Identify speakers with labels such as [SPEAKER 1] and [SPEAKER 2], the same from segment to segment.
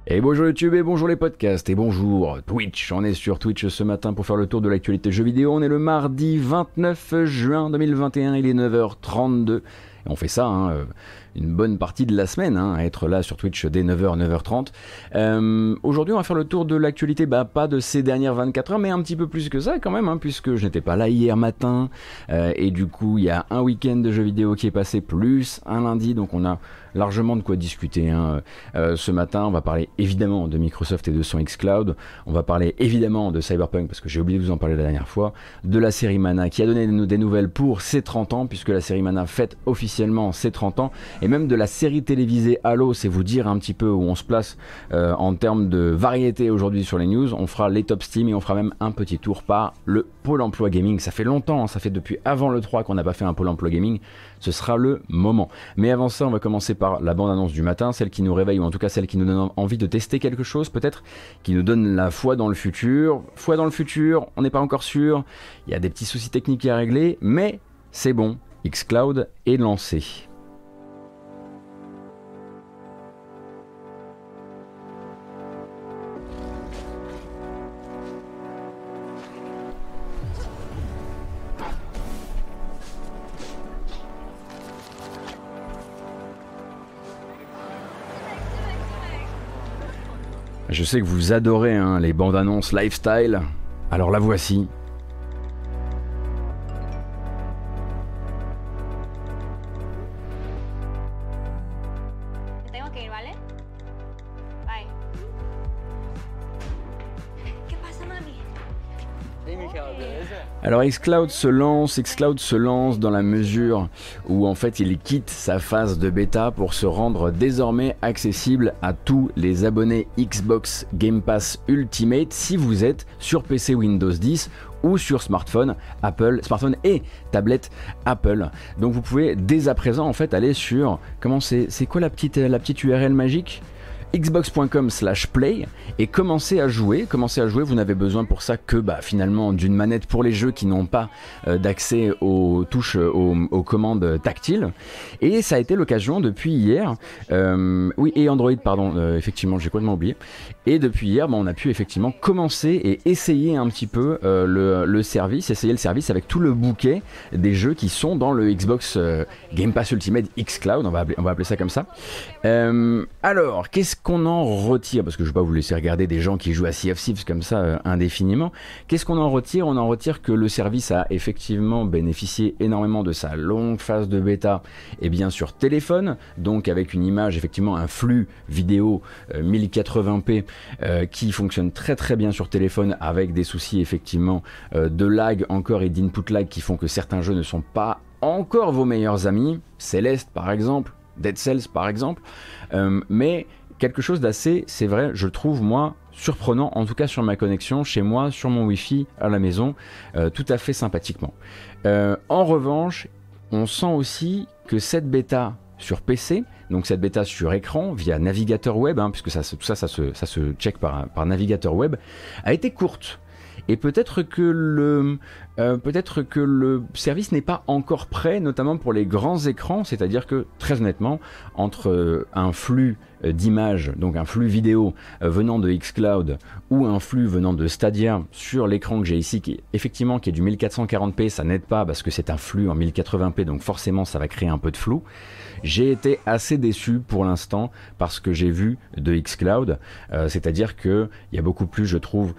[SPEAKER 1] Et bonjour YouTube et bonjour les podcasts et bonjour Twitch. On est sur Twitch ce matin pour faire le tour de l'actualité jeux vidéo. On est le mardi 29 juin 2021, il est 9h32. Et on fait ça, une bonne partie de la semaine, à être là sur Twitch dès 9h, 9h30. Aujourd'hui, on va faire le tour de l'actualité, pas de ces dernières 24 heures, mais un petit peu plus que ça quand même, puisque je n'étais pas là hier matin. Et du coup, il y a un week-end de jeux vidéo qui est passé, plus un lundi, donc on a largement de quoi discuter. Ce matin, on va parler évidemment de Microsoft et de son xCloud. On va parler évidemment de Cyberpunk, parce que j'ai oublié de vous en parler la dernière fois. De la série Mana, qui a donné des nouvelles pour ses 30 ans, puisque la série Mana fête officiellement ses 30 ans. Et même de la série télévisée Halo, c'est vous dire un petit peu où on se place en termes de variété aujourd'hui sur les news. On fera les top Steam et on fera même un petit tour par le Pôle Emploi Gaming. Ça fait longtemps, ça fait depuis avant le 3 qu'on n'a pas fait un Pôle Emploi Gaming. Ce sera le moment. Mais avant ça, on va commencer par la bande-annonce du matin, celle qui nous réveille, ou en tout cas celle qui nous donne envie de tester quelque chose, peut-être, qui nous donne la foi dans le futur. Foi dans le futur, on n'est pas encore sûr, il y a des petits soucis techniques à régler, mais c'est bon, xCloud est lancé. Je sais que vous adorez les bandes annonces lifestyle, alors la voici. Alors xCloud se lance dans la mesure où en fait il quitte sa phase de bêta pour se rendre désormais accessible à tous les abonnés Xbox Game Pass Ultimate si vous êtes sur PC Windows 10 ou sur smartphone et tablette Apple. Donc vous pouvez dès à présent en fait aller sur, c'est quoi la petite URL magique ? xbox.com/play et commencez à jouer. Vous n'avez besoin pour ça que finalement d'une manette pour les jeux qui n'ont pas d'accès aux touches, aux commandes tactiles. Et ça a été l'occasion depuis hier, et Android pardon, effectivement j'ai complètement oublié. Et depuis hier, on a pu effectivement commencer et essayer un petit peu le service avec tout le bouquet des jeux qui sont dans le Xbox Game Pass Ultimate xCloud, on va appeler ça comme ça. Alors, qu'est-ce qu'on en retire? Parce que je ne vais pas vous laisser regarder des gens qui jouent à Sea of Thieves comme ça indéfiniment. Qu'est-ce qu'on en retire? On en retire que le service a effectivement bénéficié énormément de sa longue phase de bêta et bien sur téléphone, donc avec une image, effectivement un flux vidéo 1080p qui fonctionne très très bien sur téléphone, avec des soucis effectivement de lag encore et d'input lag qui font que certains jeux ne sont pas encore vos meilleurs amis, Celeste par exemple, Dead Cells par exemple, mais quelque chose d'assez, c'est vrai, je trouve moi, surprenant, en tout cas sur ma connexion, chez moi, sur mon Wi-Fi à la maison, tout à fait sympathiquement. En revanche, on sent aussi que cette bêta sur PC, donc cette bêta sur écran via navigateur web, puisque tout ça se check par navigateur web, a été courte. Et peut-être que le service n'est pas encore prêt, notamment pour les grands écrans, c'est-à-dire que, très honnêtement, entre un flux d'images, donc un flux vidéo venant de xCloud ou un flux venant de Stadia sur l'écran que j'ai ici, qui est du 1440p, ça n'aide pas parce que c'est un flux en 1080p, donc forcément ça va créer un peu de flou. J'ai été assez déçu pour l'instant parce que j'ai vu de xCloud, c'est-à-dire qu'il y a beaucoup plus, je trouve,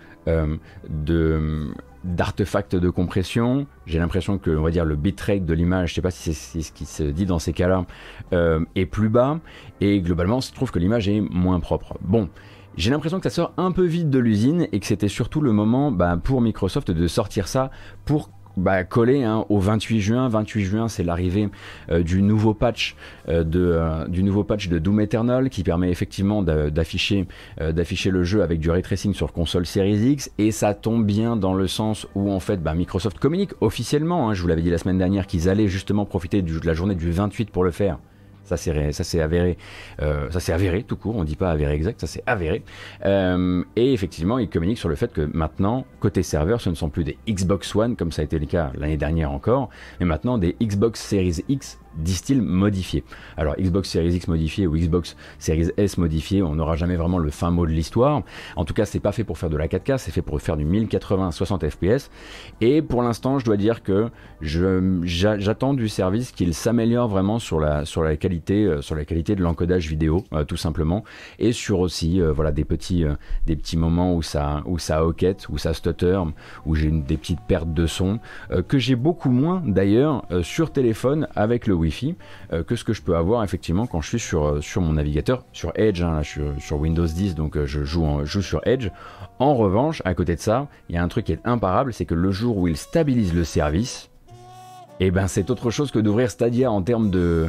[SPEAKER 1] d'artefacts de compression. J'ai l'impression que, on va dire, le bitrate de l'image, je sais pas si c'est ce qui se dit dans ces cas-là, est plus bas, et globalement je trouve que l'image est moins propre. Bon, j'ai l'impression que ça sort un peu vite de l'usine et que c'était surtout le moment pour Microsoft de sortir ça pour coller au 28 juin. 28 juin, c'est l'arrivée du nouveau patch de Doom Eternal, qui permet effectivement d'afficher le jeu avec du ray tracing sur console Series X, et ça tombe bien dans le sens où en fait Microsoft communique officiellement, je vous l'avais dit la semaine dernière, qu'ils allaient justement profiter de la journée du 28 pour le faire. Ça c'est avéré, tout court, on dit pas avéré exact, ça c'est avéré. Et effectivement, ils communiquent sur le fait que maintenant, côté serveur, ce ne sont plus des Xbox One, comme ça a été le cas l'année dernière encore, mais maintenant des Xbox Series X disent-ils, modifié. Alors Xbox Series X modifié ou Xbox Series S modifié, on n'aura jamais vraiment le fin mot de l'histoire. En tout cas, c'est pas fait pour faire de la 4K, c'est fait pour faire du 1080 60 fps. Et pour l'instant, je dois dire que j'attends du service qu'il s'améliore vraiment sur la qualité de l'encodage vidéo, tout simplement, et sur aussi voilà des petits moments où ça hoquette, où ça stutter, où j'ai des petites pertes de son que j'ai beaucoup moins d'ailleurs sur téléphone avec le Wi-Fi que ce que je peux avoir effectivement quand je suis sur mon navigateur, sur Edge, hein, là je suis sur Windows 10 donc je joue sur Edge. En revanche, à côté de ça, il y a un truc qui est imparable, c'est que le jour où il stabilise le service, et ben c'est autre chose que d'ouvrir Stadia en termes de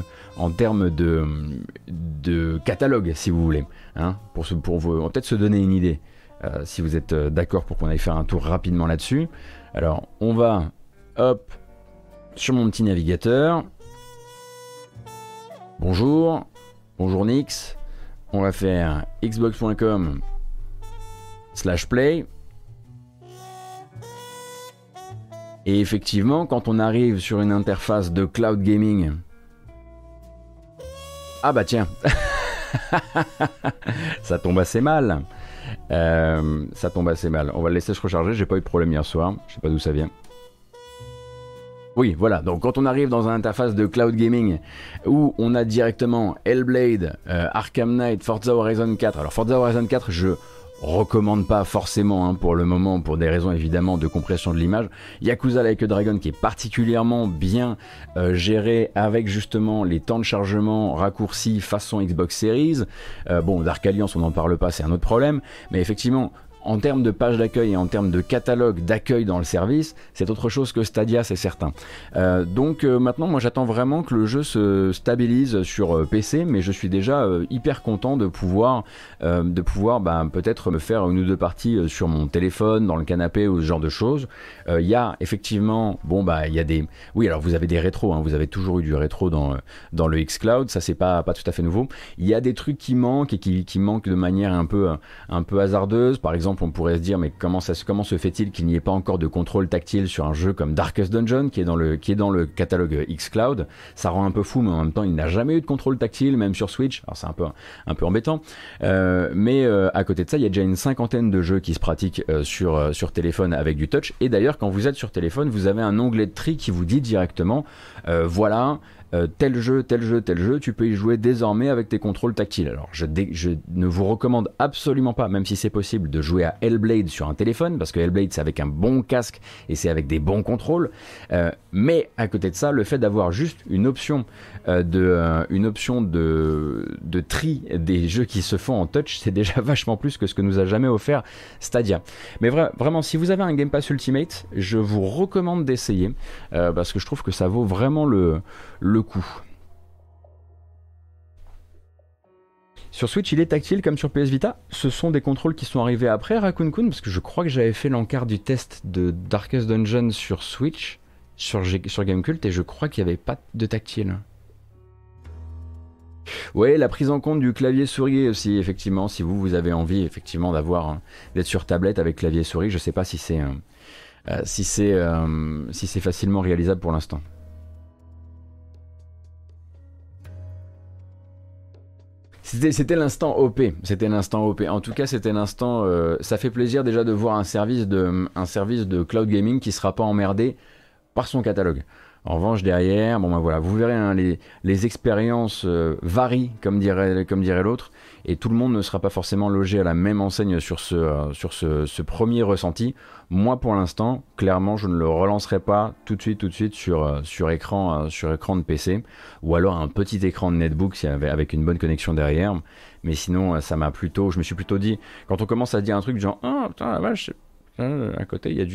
[SPEAKER 1] catalogue, si vous voulez, hein, pour peut-être se donner une idée, si vous êtes d'accord pour qu'on aille faire un tour rapidement là-dessus. Alors on va hop sur mon petit navigateur. Bonjour Nix. On va faire xbox.com/play. Et effectivement, quand on arrive sur une interface de cloud gaming, ah bah tiens, ça tombe assez mal. Ça tombe assez mal. On va le laisser se recharger. J'ai pas eu de problème hier soir. Je sais pas d'où ça vient. Oui, voilà. Donc quand on arrive dans une interface de cloud gaming où on a directement Hellblade, Arkham Knight, Forza Horizon 4. Alors Forza Horizon 4, je recommande pas forcément hein, pour le moment, pour des raisons évidemment de compression de l'image. Yakuza Like a Dragon qui est particulièrement bien géré avec justement les temps de chargement raccourcis façon Xbox Series. Bon, Dark Alliance on n'en parle pas, c'est un autre problème, mais effectivement en termes de page d'accueil et en termes de catalogue d'accueil dans le service, c'est autre chose que Stadia, c'est certain. Donc maintenant, moi j'attends vraiment que le jeu se stabilise sur PC, mais je suis déjà hyper content de pouvoir peut-être me faire une ou deux parties sur mon téléphone, dans le canapé ou ce genre de choses. Il y a effectivement, il y a des... Oui, alors vous avez des rétros, hein, vous avez toujours eu du rétro dans le xCloud, ça c'est pas tout à fait nouveau. Il y a des trucs qui manquent et qui manquent de manière un peu hasardeuse, par exemple on pourrait se dire mais comment se fait-il qu'il n'y ait pas encore de contrôle tactile sur un jeu comme Darkest Dungeon qui est dans le catalogue xCloud. Ça rend un peu fou, mais en même temps il n'a jamais eu de contrôle tactile même sur Switch, alors c'est un peu embêtant, mais à côté de ça il y a déjà une cinquantaine de jeux qui se pratiquent sur téléphone avec du touch. Et d'ailleurs quand vous êtes sur téléphone vous avez un onglet de tri qui vous dit directement voilà tel jeu, tu peux y jouer désormais avec tes contrôles tactiles. Alors je ne vous recommande absolument pas, même si c'est possible, de jouer à Hellblade sur un téléphone, parce que Hellblade c'est avec un bon casque et c'est avec des bons contrôles, mais à côté de ça, le fait d'avoir juste une option de tri des jeux qui se font en touch, c'est déjà vachement plus que ce que nous a jamais offert Stadia. Mais vraiment, si vous avez un Game Pass Ultimate, je vous recommande d'essayer, parce que je trouve que ça vaut vraiment le coup. Sur Switch, il est tactile comme sur PS Vita. Ce sont des contrôles qui sont arrivés après Raccoon Kun, parce que je crois que j'avais fait l'encart du test de Darkest Dungeon sur Switch, sur Gamecult, et je crois qu'il n'y avait pas de tactile. Ouais, la prise en compte du clavier souris aussi, effectivement, si vous avez envie effectivement d'être sur tablette avec clavier souris, je sais pas si c'est facilement réalisable pour l'instant. C'était l'instant OP. En tout cas, c'était l'instant. Ça fait plaisir déjà de voir un service de cloud gaming qui sera pas emmerdé par son catalogue. En revanche, derrière, voilà, vous verrez, hein, les expériences varient, comme dirait l'autre, et tout le monde ne sera pas forcément logé à la même enseigne sur ce premier ressenti. Moi, pour l'instant, clairement, je ne le relancerai pas tout de suite sur écran de PC, ou alors un petit écran de netbook avec une bonne connexion derrière. Mais sinon, je me suis plutôt dit, quand on commence à dire un truc genre, ah putain la vache, à côté il y a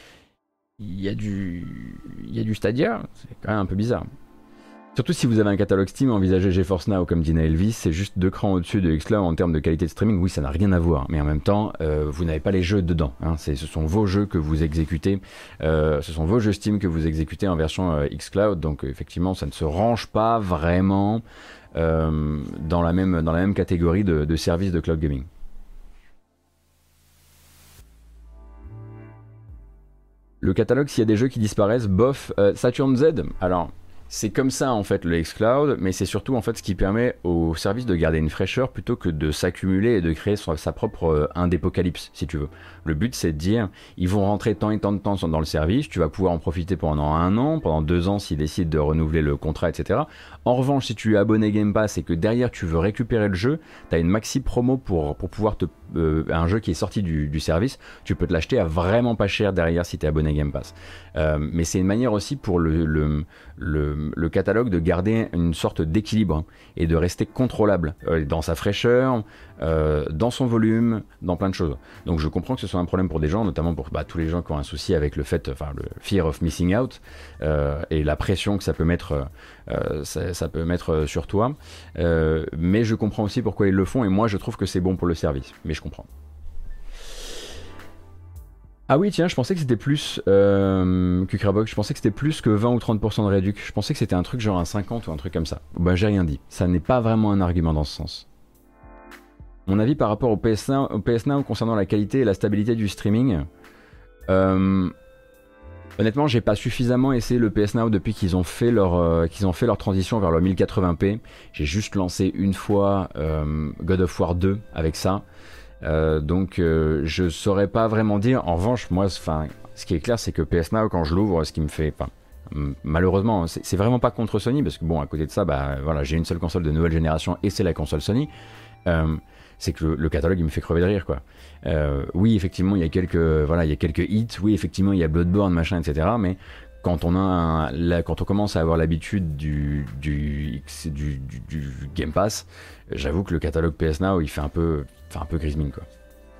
[SPEAKER 1] du Stadia, c'est quand même un peu bizarre. Surtout si vous avez un catalogue Steam, envisagez GeForce Now comme dit Elvis, c'est juste 2 crans au-dessus de xCloud en termes de qualité de streaming. Oui, ça n'a rien à voir, mais en même temps, vous n'avez pas les jeux dedans, hein. Ce sont vos jeux que vous exécutez, ce sont vos jeux Steam que vous exécutez en version xCloud, donc effectivement, ça ne se range pas vraiment dans la même catégorie de services de cloud gaming. Le catalogue, s'il y a des jeux qui disparaissent, bof, Saturn Z. Alors, C'est comme ça en fait le xCloud, mais c'est surtout en fait ce qui permet au service de garder une fraîcheur plutôt que de s'accumuler et de créer sa propre indépocalypse, si tu veux. Le but c'est de dire, ils vont rentrer tant et tant de temps dans le service, tu vas pouvoir en profiter pendant 1 an, pendant 2 ans s'ils décident de renouveler le contrat, etc. En revanche, si tu es abonné Game Pass et que derrière tu veux récupérer le jeu, tu as une maxi promo pour pouvoir un jeu qui est sorti du service, tu peux te l'acheter à vraiment pas cher derrière si tu es abonné Game Pass. Mais c'est une manière aussi pour le catalogue de garder une sorte d'équilibre hein, et de rester contrôlable dans sa fraîcheur, dans son volume, dans plein de choses. Donc je comprends que ce soit un problème pour des gens, notamment pour tous les gens qui ont un souci avec le fait, enfin le fear of missing out et la pression que ça peut mettre, ça peut mettre sur toi. Mais je comprends aussi pourquoi ils le font et moi je trouve que c'est bon pour le service. Mais je comprends. Ah oui, tiens, je pensais que c'était plus Kukrabox, je pensais que c'était plus que 20 ou 30% de réduc. Je pensais que c'était un truc genre un 50 ou un truc comme ça. Bah j'ai rien dit. Ça n'est pas vraiment un argument dans ce sens. Mon avis par rapport au PS Now concernant la qualité et la stabilité du streaming. Honnêtement, j'ai pas suffisamment essayé le PS Now depuis qu'ils ont fait leur transition vers le 1080p. J'ai juste lancé une fois God of War 2 avec ça. Donc je saurais pas vraiment dire. En revanche, moi, ce qui est clair, c'est que PS Now, quand je l'ouvre, ce qui me fait, malheureusement, c'est vraiment pas contre Sony, parce que bon, à côté de ça, voilà, j'ai une seule console de nouvelle génération et c'est la console Sony. C'est que le catalogue, il me fait crever de rire, quoi. Oui, effectivement, il y a quelques hits. Oui, effectivement, il y a Bloodborne, machin, etc. Mais quand on commence à avoir l'habitude du Game Pass, j'avoue que le catalogue PS Now, il fait un peu grise mine, quoi.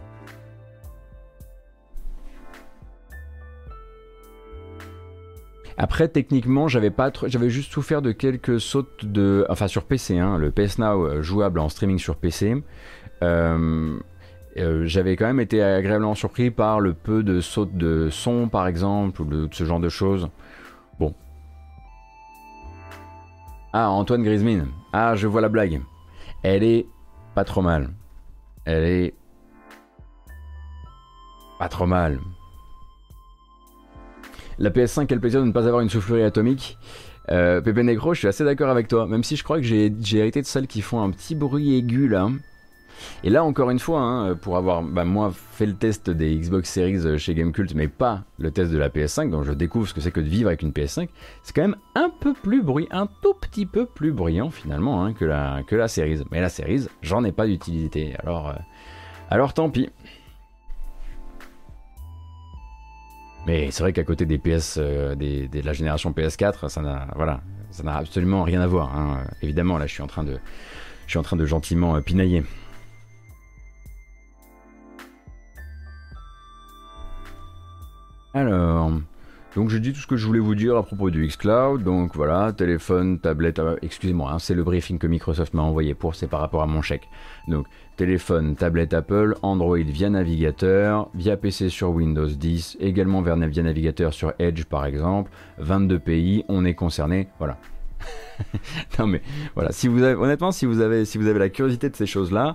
[SPEAKER 1] Après, techniquement, j'avais juste souffert de quelques sautes sur PC, hein, le PS Now jouable en streaming sur PC. J'avais quand même été agréablement surpris par le peu de sautes de son, par exemple, ou de ce genre de choses. Bon. Ah, Antoine Griezmann. Ah, je vois la blague. Elle est pas trop mal. Elle est pas trop mal. La PS5 a le plaisir de ne pas avoir une soufflerie atomique. Pépé Negro, je suis assez d'accord avec toi. Même si je crois que j'ai hérité de celles qui font un petit bruit aigu là. Et là, encore une fois, hein, pour avoir moi fait le test des Xbox Series chez Gamecult, mais pas le test de la PS5, donc je découvre ce que c'est que de vivre avec une PS5, c'est quand même un tout petit peu plus bruyant finalement hein, que la Series. Mais la Series, j'en ai pas d'utilité. Alors tant pis. Mais c'est vrai qu'à côté des PS, de la génération PS4, ça n'a absolument rien à voir. Hein. Évidemment, là, je suis en train de gentiment pinailler. Alors, donc j'ai dit tout ce que je voulais vous dire à propos du xCloud. Donc voilà, téléphone, tablette, excusez-moi, hein, c'est le briefing que Microsoft m'a envoyé c'est par rapport à mon chèque. Donc téléphone, tablette Apple, Android via navigateur, via PC sur Windows 10, également via navigateur sur Edge par exemple, 22 pays, on est concerné, voilà. Non mais voilà, honnêtement, si vous avez la curiosité de ces choses-là,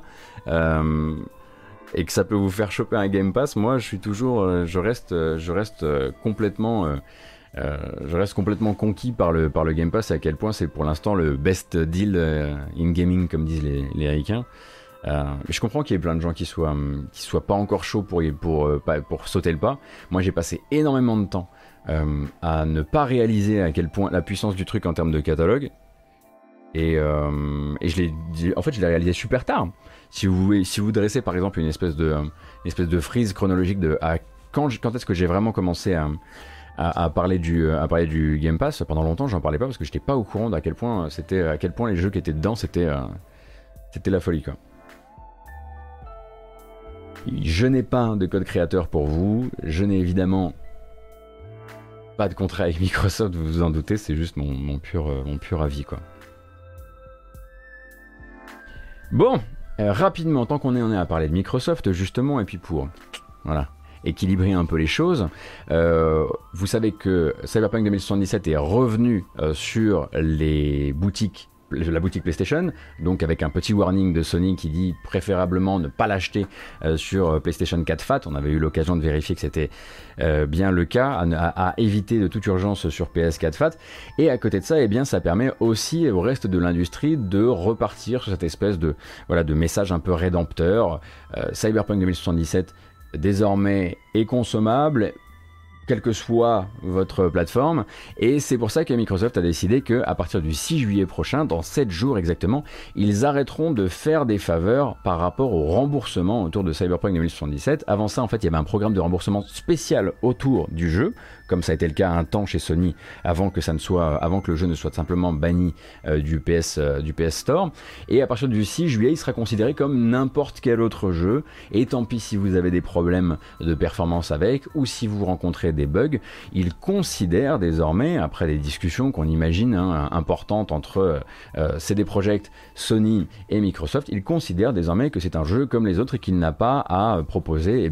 [SPEAKER 1] et que ça peut vous faire choper un Game Pass, moi je reste complètement conquis par le Game Pass et à quel point c'est pour l'instant le best deal in gaming comme disent les Américains. Je comprends qu'il y ait plein de gens qui soient pas encore chauds pour sauter le pas. Moi j'ai passé énormément de temps à ne pas réaliser à quel point la puissance du truc en termes de catalogue. Et je l'ai réalisé super tard. Si vous dressez par exemple une espèce de frise chronologique de quand est-ce que j'ai vraiment commencé à parler du Game Pass, pendant longtemps j'en parlais pas parce que j'étais pas au courant à quel point les jeux qui étaient dedans c'était la folie quoi. Je n'ai pas de code créateur pour vous, je n'ai évidemment pas de contrat avec Microsoft, vous vous en doutez, c'est juste mon pur avis quoi. Bon, rapidement, tant qu'on en est à parler de Microsoft, justement, et puis pour équilibrer un peu les choses, vous savez que Cyberpunk 2077 est revenu sur les boutiques la boutique PlayStation, donc avec un petit warning de Sony qui dit préférablement ne pas l'acheter sur PlayStation 4 Fat. On avait eu l'occasion de vérifier que c'était bien le cas, à éviter de toute urgence sur PS4 Fat. Et à côté de ça, eh bien, ça permet aussi au reste de l'industrie de repartir sur cette espèce de, voilà, de message un peu rédempteur. Cyberpunk 2077 désormais est consommable, quelle que soit votre plateforme, et c'est pour ça que Microsoft a décidé qu'à partir du 6 juillet prochain, dans 7 jours exactement, ils arrêteront de faire des faveurs par rapport au remboursement autour de Cyberpunk 2077. Avant ça, en fait, il y avait un programme de remboursement spécial autour du jeu, comme ça a été le cas un temps chez Sony, avant que le jeu ne soit simplement banni du PS Store. Et à partir du 6 juillet, il sera considéré comme n'importe quel autre jeu, et tant pis si vous avez des problèmes de performance avec, ou si vous rencontrez des bugs, il considère désormais, après des discussions qu'on imagine importantes entre CD Projekt, Sony et Microsoft, il considère désormais que c'est un jeu comme les autres et qu'il n'a pas à proposer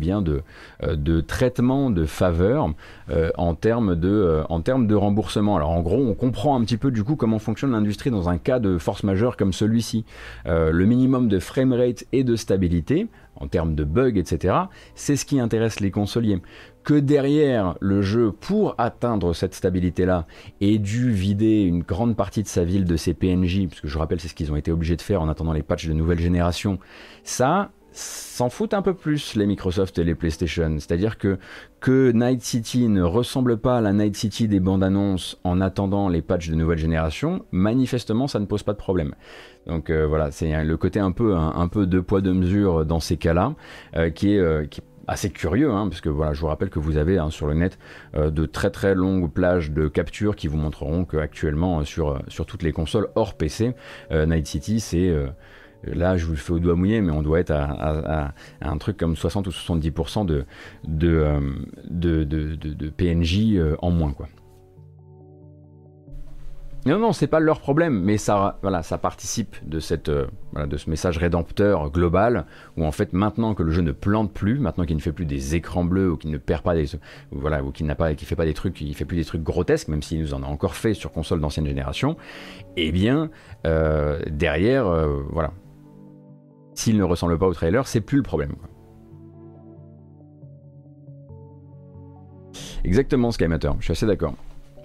[SPEAKER 1] de traitement de faveur en termes de remboursement. Alors en gros, on comprend un petit peu du coup comment fonctionne l'industrie dans un cas de force majeure comme celui-ci. Le minimum de framerate et de stabilité, en termes de bugs, etc., c'est ce qui intéresse les consoliers. Que derrière le jeu, pour atteindre cette stabilité-là, ait dû vider une grande partie de sa ville de ses PNJ, parce que je rappelle, c'est ce qu'ils ont été obligés de faire en attendant les patchs de nouvelle génération, ça s'en foutent un peu plus les Microsoft et les PlayStation. C'est-à-dire que Night City ne ressemble pas à la Night City des bandes annonces en attendant les patchs de nouvelle génération, manifestement ça ne pose pas de problème. Donc voilà, c'est le côté un peu deux poids deux mesures dans ces cas-là, qui est assez curieux, parce que voilà, je vous rappelle que vous avez sur le net de très très longues plages de captures qui vous montreront qu'actuellement sur toutes les consoles hors PC, Night City c'est... là, je vous le fais au doigt mouillé, mais on doit être à un truc comme 60 ou 70% de PNJ en moins, quoi. Non, c'est pas leur problème, mais ça participe de de ce message rédempteur global, où en fait, maintenant que le jeu ne plante plus, maintenant qu'il ne fait plus des écrans bleus, ou qu'il ne perd pas ou qu'il fait pas des trucs, il fait plus des trucs grotesques, même s'il nous en a encore fait sur console d'ancienne génération, eh bien, derrière, voilà. S'il ne ressemble pas au trailer, c'est plus le problème, quoi. Exactement, Skymatter, je suis assez d'accord.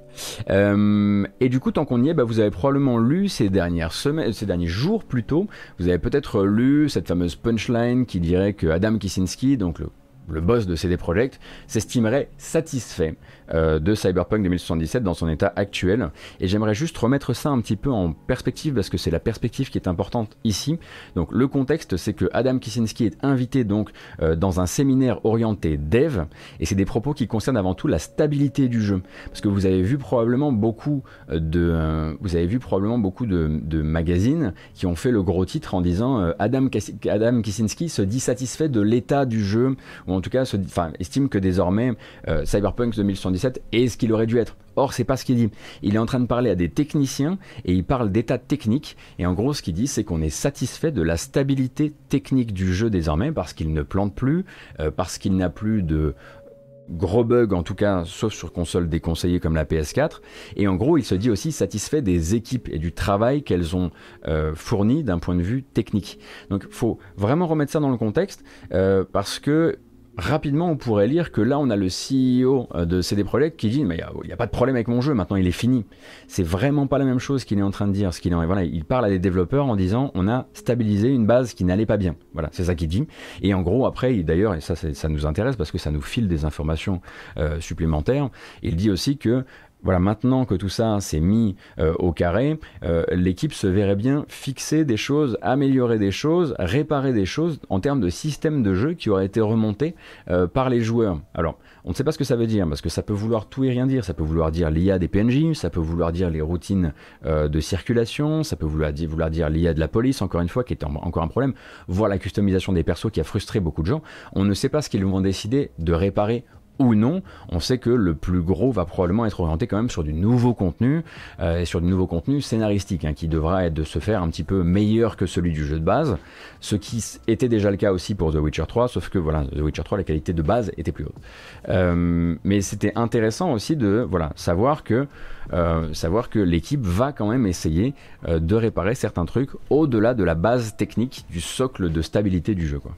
[SPEAKER 1] Et du coup, tant qu'on y est, vous avez probablement lu ces derniers jours plutôt, vous avez peut-être lu cette fameuse punchline qui dirait que Adam Kicinski, donc le boss de CD Projekt, s'estimerait satisfait de Cyberpunk 2077 dans son état actuel. Et j'aimerais juste remettre ça un petit peu en perspective, parce que c'est la perspective qui est importante ici. Donc le contexte, c'est que Adam Kicinski est invité donc dans un séminaire orienté dev, et c'est des propos qui concernent avant tout la stabilité du jeu. Parce que vous avez vu probablement beaucoup de magazines qui ont fait le gros titre en disant Adam Kicinski se dit satisfait de l'état du jeu, ou en tout cas estime que désormais Cyberpunk 2077 est ce qu'il aurait dû être. Or, c'est pas ce qu'il dit. Il est en train de parler à des techniciens et il parle d'état technique. Et en gros, ce qu'il dit, c'est qu'on est satisfait de la stabilité technique du jeu désormais, parce qu'il ne plante plus, parce qu'il n'a plus de gros bugs, en tout cas, sauf sur console déconseillée comme la PS4. Et en gros, il se dit aussi satisfait des équipes et du travail qu'elles ont fourni d'un point de vue technique. Donc, faut vraiment remettre ça dans le contexte, parce que rapidement, on pourrait lire que là, on a le CEO de CD Projekt qui dit « mais il n'y a pas de problème avec mon jeu, maintenant il est fini ». C'est vraiment pas la même chose qu'il est en train de dire. Il parle à des développeurs en disant « on a stabilisé une base qui n'allait pas bien ». Voilà, c'est ça qu'il dit. Et en gros, après, d'ailleurs, et ça nous intéresse parce que ça nous file des informations supplémentaires, il dit aussi que voilà, maintenant que tout ça s'est mis au carré, l'équipe se verrait bien fixer des choses, améliorer des choses, réparer des choses en termes de système de jeu qui aurait été remonté par les joueurs. Alors, on ne sait pas ce que ça veut dire, parce que ça peut vouloir tout et rien dire. Ça peut vouloir dire l'IA des PNJ, ça peut vouloir dire les routines de circulation, ça peut vouloir dire l'IA de la police, encore une fois, qui est encore un problème, voire la customisation des persos qui a frustré beaucoup de gens. On ne sait pas ce qu'ils vont décider de réparer ou non, on sait que le plus gros va probablement être orienté quand même sur du nouveau contenu, et sur du nouveau contenu scénaristique, hein, qui devra être de se faire un petit peu meilleur que celui du jeu de base, ce qui était déjà le cas aussi pour The Witcher 3, sauf que voilà, The Witcher 3, la qualité de base était plus haute. Mais c'était intéressant aussi de savoir que l'équipe va quand même essayer de réparer certains trucs au-delà de la base technique, du socle de stabilité du jeu, quoi.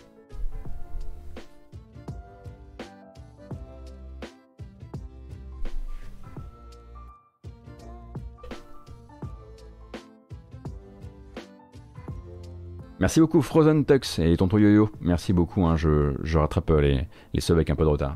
[SPEAKER 1] Merci beaucoup Frozen Tux et Tonton Yo-Yo, merci beaucoup, hein, je rattrape les subs avec un peu de retard.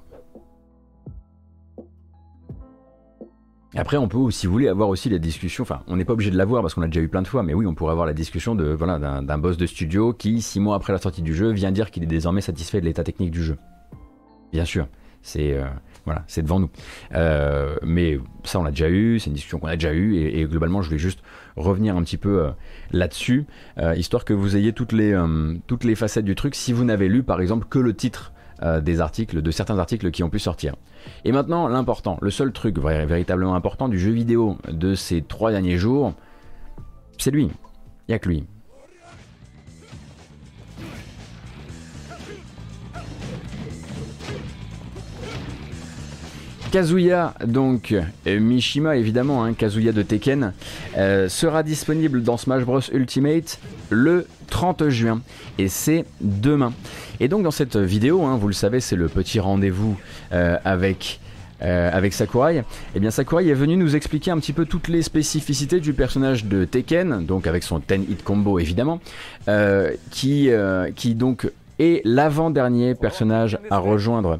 [SPEAKER 1] Après, on peut, si vous voulez, avoir aussi la discussion, enfin, on n'est pas obligé de l'avoir parce qu'on l'a déjà eu plein de fois, mais oui, on pourrait avoir la discussion d'un boss de studio qui, 6 mois après la sortie du jeu, vient dire qu'il est désormais satisfait de l'état technique du jeu. Bien sûr, c'est devant nous. Mais ça, on l'a déjà eu, c'est une discussion qu'on a déjà eue, et globalement, je voulais juste revenir un petit peu là-dessus, histoire que vous ayez toutes les facettes du truc, si vous n'avez lu, par exemple, que le titre de certains articles qui ont pu sortir. Et maintenant, l'important, le seul truc véritablement important du jeu vidéo de ces 3 derniers jours, c'est lui. Il n'y a que lui. Kazuya, donc Mishima évidemment, hein, Kazuya de Tekken, sera disponible dans Smash Bros Ultimate le 30 juin, et c'est demain. Et donc dans cette vidéo, hein, vous le savez, c'est le petit rendez-vous avec Sakurai. Et bien Sakurai est venu nous expliquer un petit peu toutes les spécificités du personnage de Tekken, donc avec son 10 hit combo évidemment, qui donc est l'avant-dernier personnage à rejoindre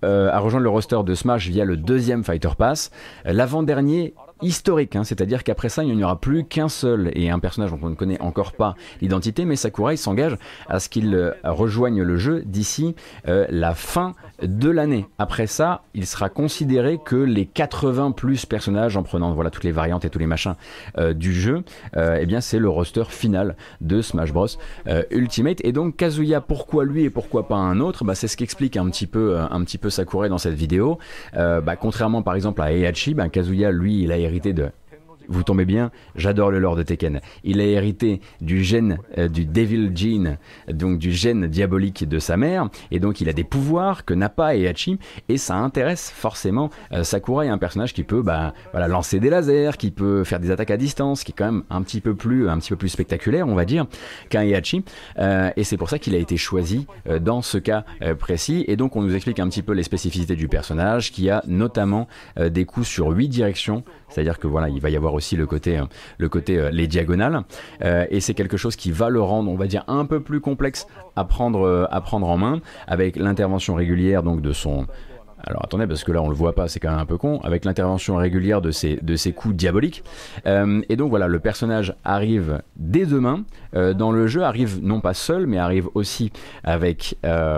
[SPEAKER 1] le roster de Smash via le 2e Fighter Pass, l'avant-dernier historique, hein, c'est-à-dire qu'après ça il n'y aura plus qu'un seul et un personnage dont on ne connaît encore pas l'identité, mais Sakurai s'engage à ce qu'il rejoigne le jeu d'ici la fin de l'année. Après ça, il sera considéré que les 80 plus personnages, en prenant toutes les variantes et tous les machins du jeu, eh bien c'est le roster final de Smash Bros Ultimate. Et donc Kazuya, pourquoi lui et pourquoi pas un autre, c'est ce qu'explique un petit peu Sakurai dans cette vidéo. Contrairement par exemple à Heihachi, Kazuya lui il a hérité de... Vous tombez bien, j'adore le lore de Tekken. Il a hérité du gène du Devil Gene, donc du gène diabolique de sa mère, et donc il a des pouvoirs que n'a pas Heihachi, et ça intéresse forcément Sakurai, un personnage qui peut lancer des lasers, qui peut faire des attaques à distance, qui est quand même un petit peu plus spectaculaire, on va dire, qu'un Heihachi, et c'est pour ça qu'il a été choisi dans ce cas précis. Et donc on nous explique un petit peu les spécificités du personnage, qui a notamment des coups sur 8 directions, c'est-à-dire que il va y avoir aussi le côté les diagonales, et c'est quelque chose qui va le rendre, on va dire, un peu plus complexe à prendre en main, avec l'intervention régulière donc de son... Alors attendez, parce que là on le voit pas, c'est quand même un peu con, avec l'intervention régulière de ses coups diaboliques. Et donc voilà, le personnage arrive dès demain, dans le jeu, arrive non pas seul, mais arrive aussi avec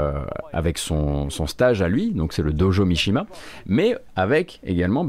[SPEAKER 1] son stage à lui, donc c'est le dojo Mishima, mais avec également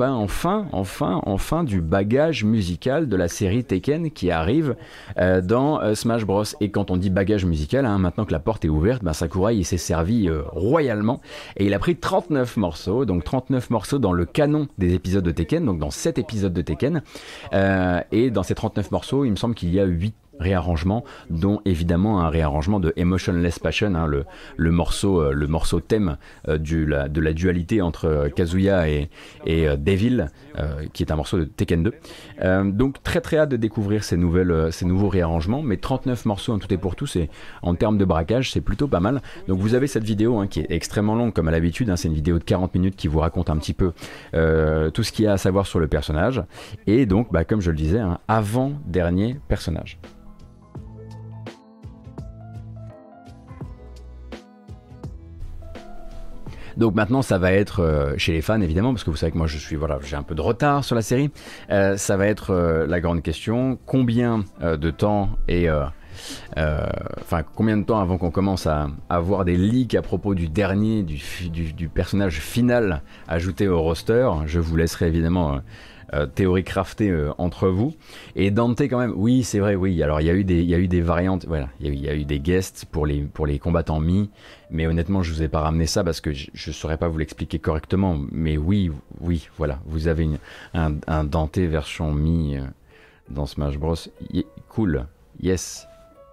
[SPEAKER 1] enfin du bagage musical de la série Tekken qui arrive dans Smash Bros. Et quand on dit bagage musical, hein, maintenant que la porte est ouverte, Sakurai il s'est servi royalement, et il a pris 39 morceaux, donc 39 morceaux dans le canon des épisodes de Tekken, donc dans 7 épisodes de Tekken, et dans ces 39 morceaux, il me semble qu'il y a 8 réarrangements, dont évidemment un réarrangement de Emotionless Passion, hein, le morceau thème de la dualité entre Kazuya et Devil, qui est un morceau de Tekken 2. Donc très très hâte de découvrir ces nouveaux réarrangements, mais 39 morceaux en tout et pour tout, en termes de braquage, c'est plutôt pas mal. Donc vous avez cette vidéo, hein, qui est extrêmement longue comme à l'habitude, hein, c'est une vidéo de 40 minutes qui vous raconte un petit peu tout ce qu'il y a à savoir sur le personnage, et donc comme je le disais, hein, avant-dernier personnage. Donc maintenant ça va être chez les fans évidemment, parce que vous savez que moi j'ai un peu de retard sur la série, ça va être la grande question, combien de temps Enfin, combien de temps avant qu'on commence à avoir des leaks à propos du dernier, du personnage final ajouté au roster. Je vous laisserai évidemment théorie craftée entre vous. Et Dante quand même, oui c'est vrai, oui. Alors il y a eu des variantes, voilà, il y a eu des guests pour les combattants Mi, mais honnêtement je vous ai pas ramené ça parce que je saurais pas vous l'expliquer correctement. Mais oui, voilà, vous avez un Dante version Mi dans Smash Bros. Cool, yes.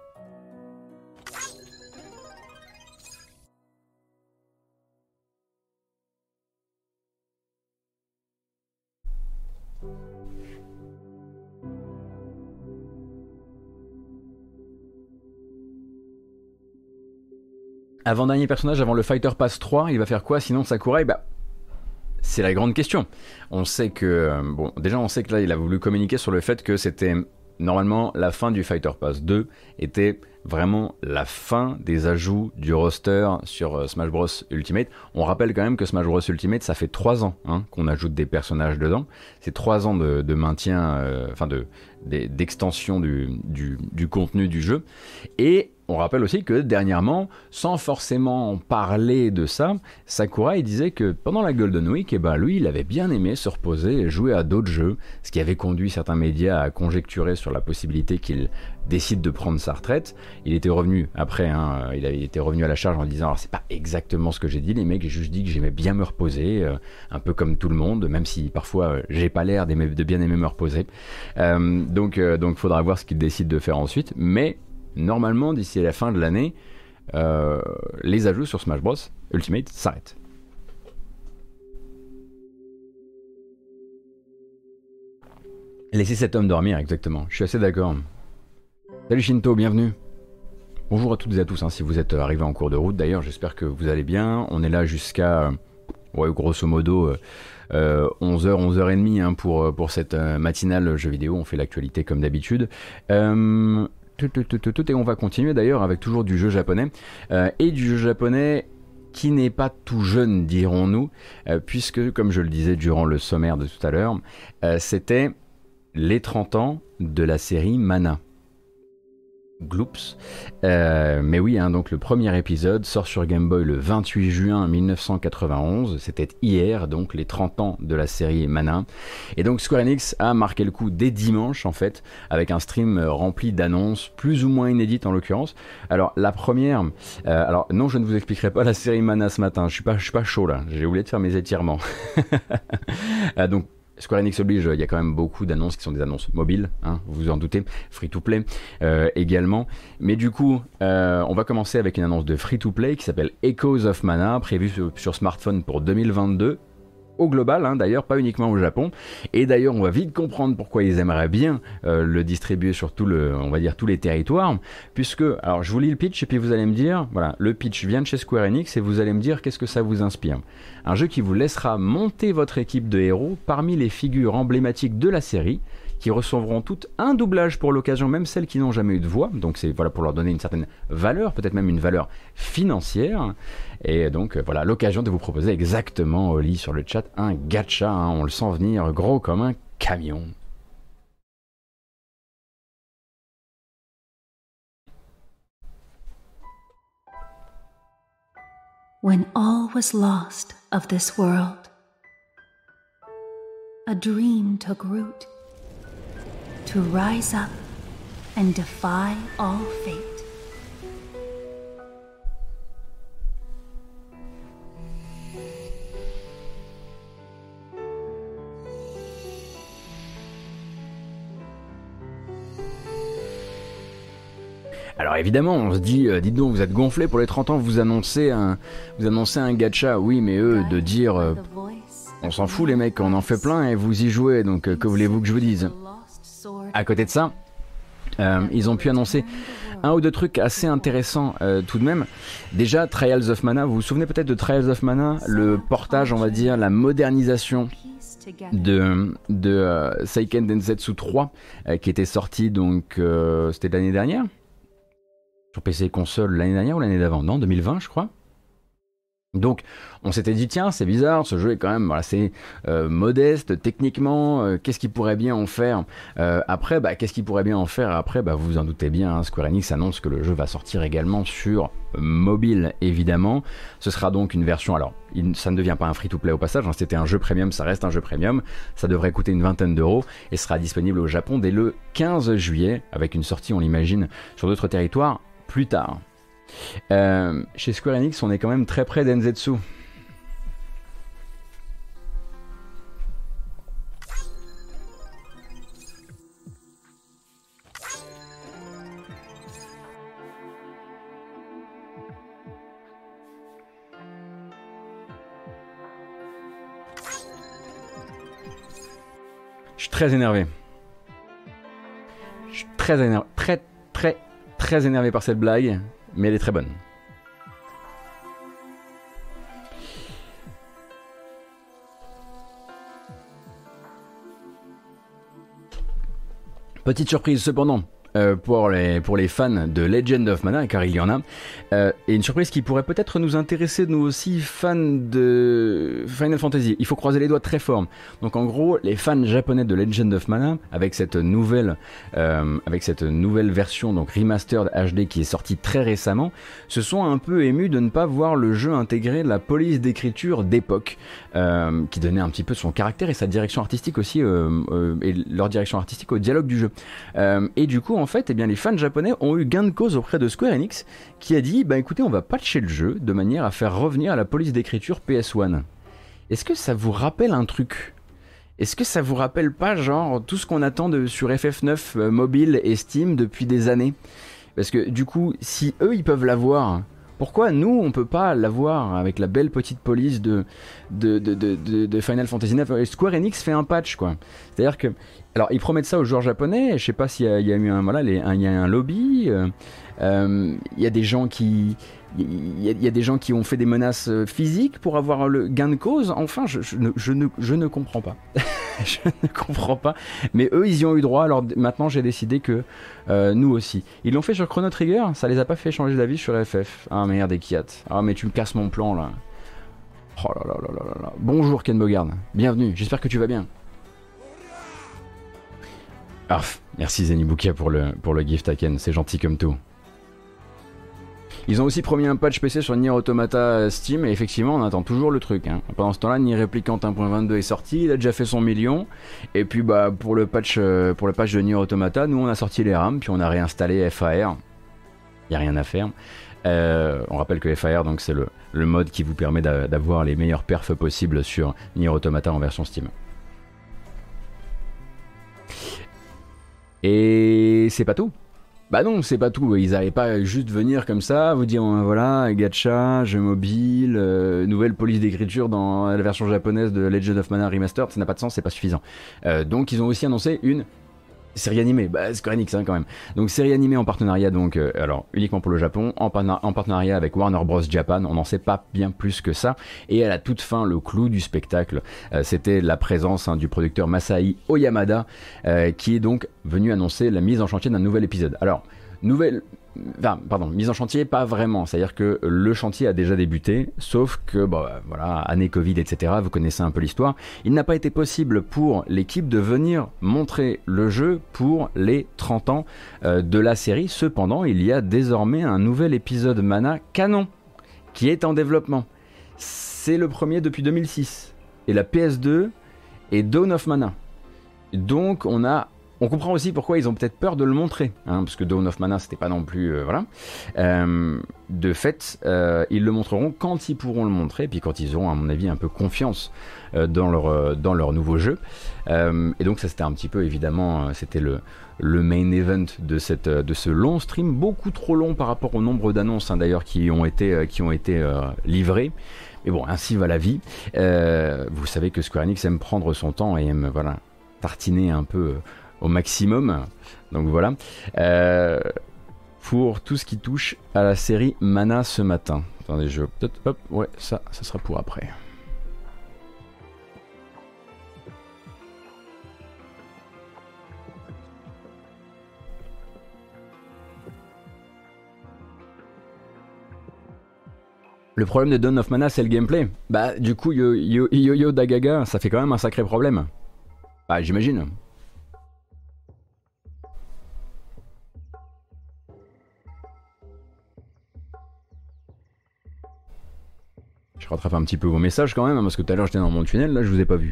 [SPEAKER 1] Avant-dernier personnage, avant le Fighter Pass 3, il va faire quoi sinon Sakurai? Bah, c'est la grande question. On sait que, bon, déjà on sait que là il a voulu communiquer sur le fait que c'était normalement la fin du Fighter Pass 2 était vraiment la fin des ajouts du roster sur Smash Bros Ultimate. On rappelle quand même que Smash Bros Ultimate ça fait 3 ans hein, qu'on ajoute des personnages dedans. C'est 3 ans de maintien, enfin d'extension du contenu du jeu. Et on rappelle aussi que dernièrement, sans forcément parler de ça, Sakurai disait que pendant la Golden Week, eh ben, lui, il avait bien aimé se reposer et jouer à d'autres jeux, ce qui avait conduit certains médias à conjecturer sur la possibilité qu'il décide de prendre sa retraite. Il était revenu après, hein, il avait été revenu à la charge en disant alors c'est pas exactement ce que j'ai dit, les mecs, j'ai juste dit que j'aimais bien me reposer, un peu comme tout le monde, même si parfois j'ai pas l'air de bien aimer me reposer. Donc faudra voir ce qu'il décide de faire ensuite, mais normalement, d'ici à la fin de l'année, les ajouts sur Smash Bros Ultimate s'arrêtent. Laissez cet homme dormir, exactement. Je suis assez d'accord. Salut Shinto, bienvenue. Bonjour à toutes et à tous, hein, si vous êtes arrivés en cours de route. D'ailleurs, j'espère que vous allez bien. On est là jusqu'à, ouais, grosso modo, 11h, 11h30 hein, pour cette matinale jeu vidéo. On fait l'actualité comme d'habitude. Et on va continuer d'ailleurs avec toujours du jeu japonais et du jeu japonais qui n'est pas tout jeune dirons-nous puisque comme je le disais durant le sommaire de tout à l'heure c'était les 30 ans de la série Mana. Gloops. Mais oui, hein, donc le premier épisode sort sur Game Boy le 28 juin 1991, c'était hier, donc les 30 ans de la série Mana. Et donc Square Enix a marqué le coup dès dimanche en fait, avec un stream rempli d'annonces, plus ou moins inédites en l'occurrence. Alors la première, alors non je ne vous expliquerai pas la série Mana ce matin, je suis pas chaud là, j'ai oublié de faire mes étirements. Donc Square Enix oblige, il y a quand même beaucoup d'annonces qui sont des annonces mobiles, hein, vous vous en doutez, free-to-play également. Mais du coup, on va commencer avec une annonce de free-to-play qui s'appelle Echoes of Mana, prévue sur smartphone pour 2022. Au global, hein, d'ailleurs, pas uniquement au Japon. Et d'ailleurs, on va vite comprendre pourquoi ils aimeraient bien le distribuer sur on va dire tous les territoires. Puisque, alors je vous lis le pitch et puis vous allez me dire, voilà, le pitch vient de chez Square Enix et vous allez me dire qu'est-ce que ça vous inspire. Un jeu qui vous laissera monter votre équipe de héros parmi les figures emblématiques de la série, qui recevront toutes un doublage pour l'occasion, même celles qui n'ont jamais eu de voix. Donc c'est voilà, pour leur donner une certaine valeur, peut-être même une valeur financière. Et donc voilà, l'occasion de vous proposer exactement, Oli sur le chat, un gacha, hein, on le sent venir gros comme un camion.
[SPEAKER 2] When all was lost of this world, a dream took root. To rise up and defy all fate.
[SPEAKER 1] Alors évidemment, on se dit, dites donc, vous êtes gonflés pour les 30 ans, vous annoncez un gacha, oui, mais eux, de dire, on s'en fout les mecs, on en fait plein et vous y jouez, donc que voulez-vous que je vous dise ? À côté de ça, ils ont pu annoncer un ou deux trucs assez intéressants tout de même. Déjà, Trials of Mana, vous vous souvenez peut-être de Trials of Mana, le portage, on va dire, la modernisation de Seiken Densetsu 3 qui était sorti donc, c'était l'année dernière ? Sur PC et console l'année dernière ou l'année d'avant ? Non, 2020 je crois. Donc on s'était dit tiens c'est bizarre, ce jeu est quand même assez modeste techniquement, qu'est-ce qu'il pourrait bien en faire après, qu'est-ce qu'il pourrait bien en faire après, vous vous en doutez bien, hein, Square Enix annonce que le jeu va sortir également sur mobile évidemment. Ce sera donc une version, alors ça ne devient pas un free-to-play au passage, hein, c'était un jeu premium, ça reste un jeu premium, ça devrait coûter une vingtaine d'euros et sera disponible au Japon dès le 15 juillet avec une sortie on l'imagine sur d'autres territoires plus tard. Chez Square Enix, on est quand même très près d'Enzetsu. Je suis très énervé. Je suis très énervé. Très énervé par cette blague. Mais elle est très bonne. Petite surprise cependant. Pour les fans de Legend of Mana, car il y en a, et une surprise qui pourrait peut-être nous intéresser nous aussi, fans de Final Fantasy. Il faut croiser les doigts très fort. Donc en gros, les fans japonais de Legend of Mana, avec cette nouvelle version, donc remastered HD qui est sortie très récemment, se sont un peu émus de ne pas voir le jeu intégrer la police d'écriture d'époque, qui donnait un petit peu son caractère et sa direction artistique aussi, et leur direction artistique au dialogue du jeu. Et du coup, en fait, les fans japonais ont eu gain de cause auprès de Square Enix, qui a dit, écoutez, on va patcher le jeu de manière à faire revenir la police d'écriture PS1. Est-ce que ça vous rappelle un truc ? Est-ce que ça vous rappelle pas, genre, tout ce qu'on attend sur FF9 mobile et Steam depuis des années ? Parce que du coup, si eux, ils peuvent l'avoir, pourquoi nous, on peut pas l'avoir avec la belle petite police de Final Fantasy IX ? Square Enix fait un patch, quoi. C'est-à-dire que, alors, ils promettent ça aux joueurs japonais. Je sais pas s'il y a eu un lobby. Il y a des gens qui, il y a des gens qui ont fait des menaces physiques pour avoir le gain de cause. Enfin, je ne comprends pas. Je ne comprends pas. Mais eux, ils y ont eu droit. Alors maintenant, j'ai décidé que nous aussi. Ils l'ont fait sur Chrono Trigger. Ça les a pas fait changer d'avis sur FF. Ah merde, et Kiat. Ah mais tu me casses mon plan là. Oh là là là là là. Bonjour Ken Bogard. Bienvenue. J'espère que tu vas bien. Ah, merci Zenibukia pour le gift à Ken. C'est gentil comme tout. Ils ont aussi promis un patch PC sur Nier Automata Steam, et effectivement on attend toujours le truc, hein. Pendant ce temps-là, Nier Replicant 1.22 est sorti, il a déjà fait son million, et puis pour le patch de Nier Automata, nous on a sorti les RAM, puis on a réinstallé FAR, il n'y a rien à faire. On rappelle que FAR, donc c'est le mode qui vous permet d'avoir les meilleurs perfs possibles sur Nier Automata en version Steam. Et c'est pas tout. Bah non, c'est pas tout. Ils n'allaient pas juste venir comme ça, vous dire voilà, gacha, jeu mobile, nouvelle police d'écriture dans la version japonaise de Legend of Mana Remastered, ça n'a pas de sens, c'est pas suffisant. Donc ils ont aussi annoncé une série animée, Square Enix quand même. Donc série animée en partenariat, donc alors uniquement pour le Japon, en partenariat avec Warner Bros Japan, on n'en sait pas bien plus que ça. Et à la toute fin, le clou du spectacle, c'était la présence du producteur Masai Oyamada, qui est donc venu annoncer la mise en chantier d'un nouvel épisode. Alors, mise en chantier, pas vraiment. C'est-à-dire que le chantier a déjà débuté, sauf que, voilà, année Covid, etc., vous connaissez un peu l'histoire. Il n'a pas été possible pour l'équipe de venir montrer le jeu pour les 30 ans de la série. Cependant, il y a désormais un nouvel épisode Mana canon qui est en développement. C'est le premier depuis 2006. Et la PS2 est Dawn of Mana. Donc, on comprend aussi pourquoi ils ont peut-être peur de le montrer, hein, parce que Dawn of Mana c'était pas non plus voilà. De fait, ils le montreront quand ils pourront le montrer, puis quand ils auront à mon avis un peu confiance dans leur nouveau jeu. Et donc ça c'était un petit peu évidemment, c'était le main event de ce long stream, beaucoup trop long par rapport au nombre d'annonces, hein, d'ailleurs qui ont été livrées. Mais bon, ainsi va la vie. Vous savez que Square Enix aime prendre son temps et aime tartiner un peu au maximum. Donc voilà. Pour tout ce qui touche à la série Mana ce matin. Attendez, je peut-être... Hop, ouais, ça sera pour après. Le problème de Dawn of Mana, c'est le gameplay. Bah, du coup, Yo-Yo Dagaga, ça fait quand même un sacré problème. Bah, j'imagine. Je rattrape un petit peu vos messages quand même, hein, parce que tout à l'heure j'étais dans mon tunnel, là je vous ai pas vu.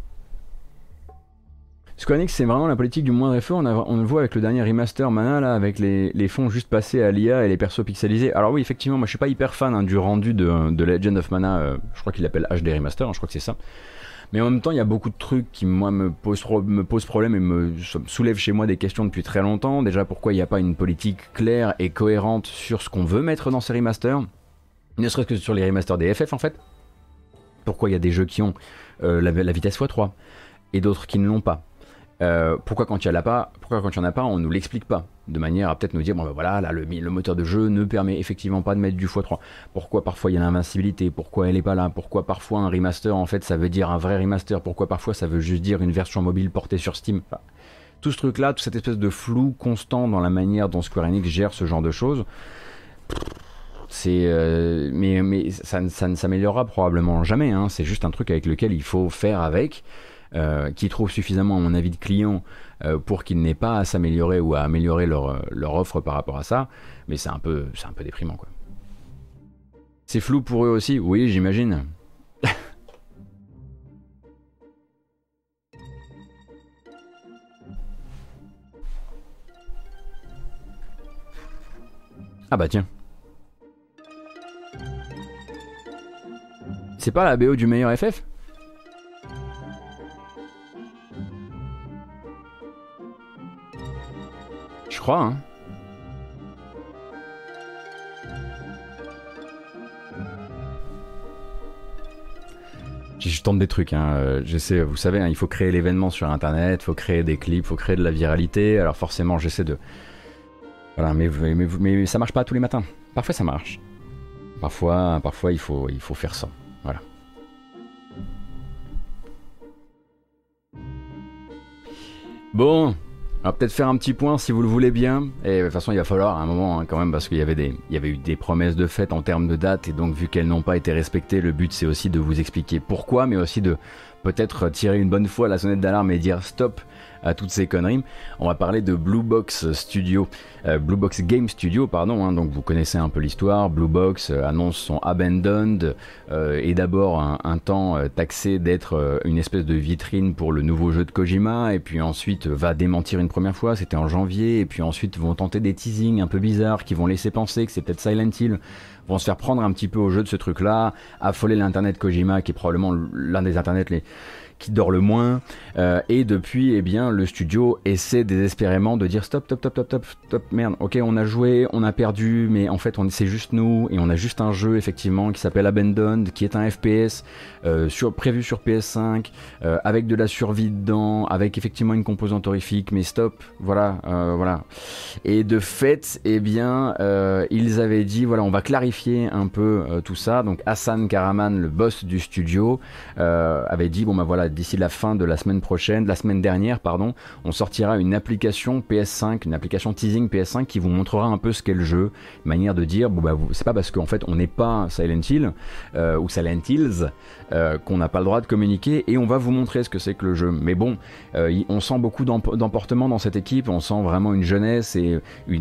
[SPEAKER 1] Square Enix, c'est vraiment la politique du moindre effort. On le voit avec le dernier remaster Mana, là, avec les fonds juste passés à l'IA et les persos pixelisés. Alors oui, effectivement, moi je suis pas hyper fan du rendu de Legend of Mana. Je crois qu'il l'appelle HD Remaster, hein, je crois que c'est ça. Mais en même temps, il y a beaucoup de trucs qui, moi, me posent problème et ça me soulèvent chez moi des questions depuis très longtemps. Déjà, pourquoi il n'y a pas une politique claire et cohérente sur ce qu'on veut mettre dans ces remasters, ne serait-ce que sur les remasters des FF en fait. Pourquoi il y a des jeux qui ont la vitesse x3 et d'autres qui ne l'ont pas. Pourquoi quand il n'y en a pas, on nous l'explique pas, de manière à peut-être nous dire bon ben voilà, là le moteur de jeu ne permet effectivement pas de mettre du x3. Pourquoi parfois il y a l'invincibilité, pourquoi elle est pas là, pourquoi parfois un remaster en fait ça veut dire un vrai remaster, pourquoi parfois ça veut juste dire une version mobile portée sur Steam. Enfin, tout ce truc là, toute cette espèce de flou constant dans la manière dont Square Enix gère ce genre de choses, mais ça ne s'améliorera probablement jamais, hein. C'est juste un truc avec lequel il faut faire avec. Qui trouvent suffisamment, à mon avis, de clients pour qu'ils n'aient pas à s'améliorer ou à améliorer leur offre par rapport à ça. Mais c'est un peu déprimant, quoi. C'est flou pour eux aussi, oui, j'imagine. Ah bah tiens. C'est pas la BO du meilleur FF ? Je crois, hein. Je tente des trucs, hein. J'essaie, vous savez, hein, il faut créer l'événement sur internet, il faut créer des clips, il faut créer de la viralité. Alors forcément, j'essaie de... Voilà, mais ça marche pas tous les matins. Parfois ça marche. Parfois il faut faire ça. Voilà. Bon, on va peut-être faire un petit point si vous le voulez bien. Et de toute façon, il va falloir un moment, hein, quand même, parce qu'il y avait eu des promesses de fête en termes de date, et donc vu qu'elles n'ont pas été respectées, le but c'est aussi de vous expliquer pourquoi, mais aussi de peut-être tirer une bonne fois la sonnette d'alarme et dire stop à toutes ces conneries. On va parler de Blue Box Game Studio, pardon, hein, donc vous connaissez un peu l'histoire. Blue Box annonce son Abandoned, et d'abord un temps taxé d'être une espèce de vitrine pour le nouveau jeu de Kojima, et puis ensuite va démentir une première fois, c'était en janvier, et puis ensuite vont tenter des teasings un peu bizarres qui vont laisser penser que c'est peut-être Silent Hill, vont se faire prendre un petit peu au jeu de ce truc-là, affoler l'internet Kojima, qui est probablement l'un des internets qui dort le moins, et depuis, eh bien, le studio essaie désespérément de dire stop, merde, ok, on a joué, on a perdu, mais en fait, c'est juste nous, et on a juste un jeu, effectivement, qui s'appelle Abandoned, qui est un FPS, prévu sur PS5, avec de la survie dedans, avec effectivement une composante horrifique, mais stop, voilà. Et de fait, eh bien, ils avaient dit, voilà, on va clarifier un peu tout ça. Donc Hassan Karaman, le boss du studio, avait dit, bon bah voilà, d'ici la fin de la semaine dernière, pardon, on sortira une application PS5, une application teasing PS5 qui vous montrera un peu ce qu'est le jeu, une manière de dire, bon bah c'est pas parce qu'en fait on n'est pas Silent Hill ou Silent Hills qu'on n'a pas le droit de communiquer, et on va vous montrer ce que c'est que le jeu. Mais bon, on sent beaucoup d'emportement dans cette équipe, on sent vraiment une jeunesse et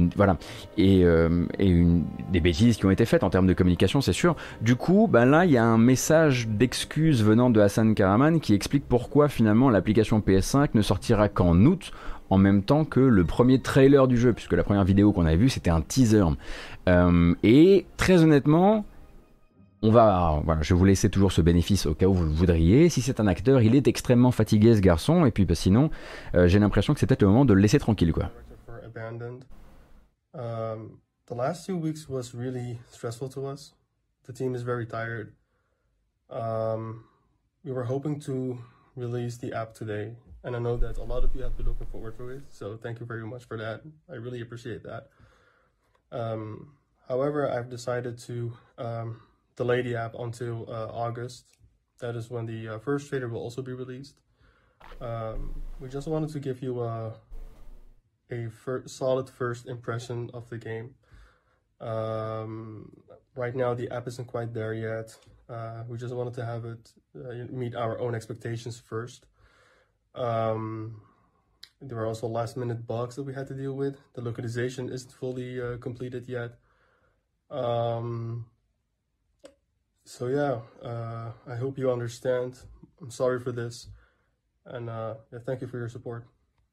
[SPEAKER 1] des bêtises qui ont été faites en termes de communication, c'est sûr. Du coup, ben là, il y a un message d'excuse venant de Hassan Karaman qui explique pourquoi finalement l'application PS5 ne sortira qu'en août, en même temps que le premier trailer du jeu, puisque la première vidéo qu'on avait vue c'était un teaser. Et très honnêtement, voilà, je vais vous laisser toujours ce bénéfice au cas où vous le voudriez. Si c'est un acteur, il est extrêmement fatigué, ce garçon, et puis bah, sinon, j'ai l'impression que c'est peut-être le moment de le laisser tranquille, quoi.
[SPEAKER 3] The last 2 weeks was really stressful to us. The team is very tired. We were hoping to release the app today, and I know that a lot of you have been looking forward to it, so thank you very much for that. I really appreciate that. However, I've decided to delay the app until August. That is when the first trailer will also be released. We just wanted to give you a solid first impression of the game. Right now, the app isn't quite there yet. We just wanted to have it meet our own expectations first. There were also last-minute bugs that we had to deal with. The localization isn't fully completed yet. So yeah, I hope you understand. I'm sorry for this, and yeah, thank you for your support.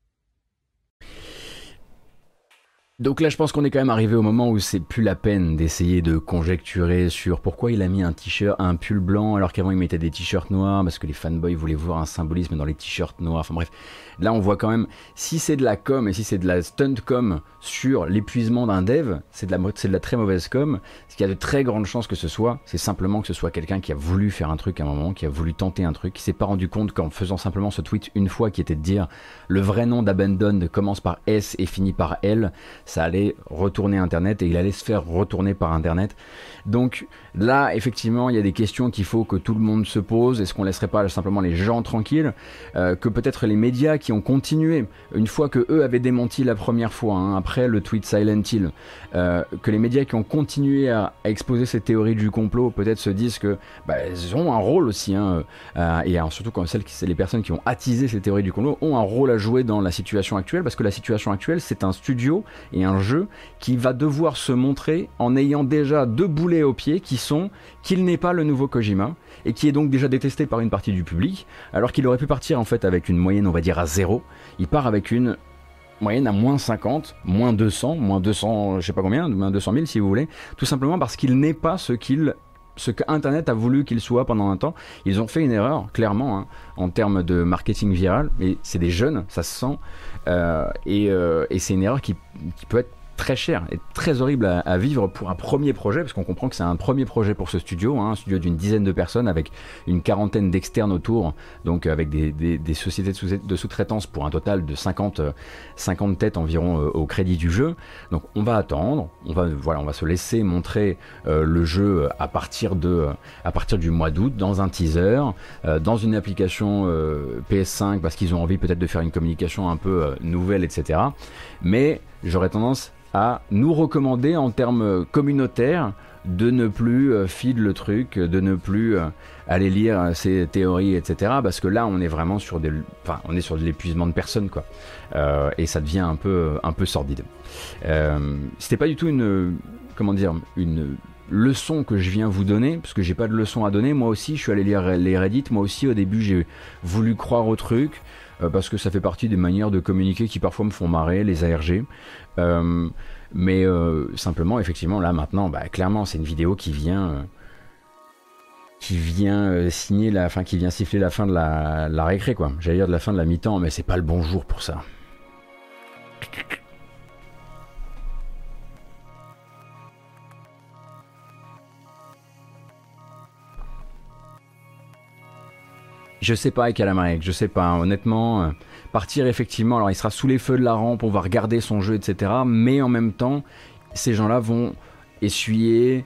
[SPEAKER 1] Donc là, je pense qu'on est quand même arrivé au moment où c'est plus la peine d'essayer de conjecturer sur pourquoi il a mis un pull blanc alors qu'avant il mettait des t-shirts noirs parce que les fanboys voulaient voir un symbolisme dans les t-shirts noirs. Enfin bref, là on voit quand même, si c'est de la com et si c'est de la stunt com sur l'épuisement d'un dev, c'est de la très mauvaise com. Ce qu'il y a de très grandes chances que ce soit, c'est simplement que ce soit quelqu'un qui a voulu faire un truc à un moment, qui a voulu tenter un truc, qui s'est pas rendu compte qu'en faisant simplement ce tweet une fois qui était de dire le vrai nom d'Abandon commence par S et finit par L, ça allait retourner Internet et il allait se faire retourner par Internet. Donc là, effectivement, il y a des questions qu'il faut que tout le monde se pose. Est-ce qu'on laisserait pas simplement les gens tranquilles, que peut-être les médias qui ont continué, une fois que eux avaient démenti la première fois, hein, après le tweet Silent Hill, que les médias qui ont continué à exposer ces théories du complot, peut-être se disent que ils ont un rôle aussi, hein, et surtout quand les personnes qui ont attisé ces théories du complot ont un rôle à jouer dans la situation actuelle, parce que la situation actuelle, c'est un studio et un jeu qui va devoir se montrer en ayant déjà deux boulets aux pieds qui sont qu'il n'est pas le nouveau Kojima et qui est donc déjà détesté par une partie du public, alors qu'il aurait pu partir en fait avec une moyenne, on va dire, à 0. Il part avec une moyenne à moins 50, moins 200, je sais pas combien, moins 200 000 si vous voulez, tout simplement parce qu'il n'est pas ce qu'Internet a voulu qu'il soit pendant un temps. Ils ont fait une erreur, clairement, hein, en termes de marketing viral, mais c'est des jeunes, ça se sent, et c'est une erreur qui peut être très cher et très horrible à vivre pour un premier projet, parce qu'on comprend que c'est un premier projet pour ce studio, hein, un studio d'une dizaine de personnes avec une quarantaine d'externes autour, donc avec des sociétés de sous-traitance pour un total de 50 têtes environ au crédit du jeu. Donc on va attendre, on va se laisser montrer le jeu à partir du mois d'août dans un teaser, dans une application PS5 parce qu'ils ont envie peut-être de faire une communication un peu nouvelle, etc. Mais j'aurais tendance à nous recommander en termes communautaires de ne plus feed le truc, de ne plus aller lire ces théories, etc. Parce que là, on est vraiment sur de l'épuisement de personnes, quoi. Et ça devient un peu sordide. C'était pas du tout une leçon que je viens vous donner, parce que j'ai pas de leçon à donner. Moi aussi, je suis allé lire les Reddit. Moi aussi, au début, j'ai voulu croire au truc. Parce que ça fait partie des manières de communiquer qui parfois me font marrer, les ARG. Mais simplement, effectivement, là maintenant, clairement, c'est une vidéo qui vient siffler la fin de la récré, quoi. J'allais dire de la fin de la mi-temps, mais c'est pas le bon jour pour ça. Je sais pas, Calamaric, je sais pas, honnêtement, partir effectivement, alors il sera sous les feux de la rampe, on va regarder son jeu, etc. Mais en même temps, ces gens-là vont essuyer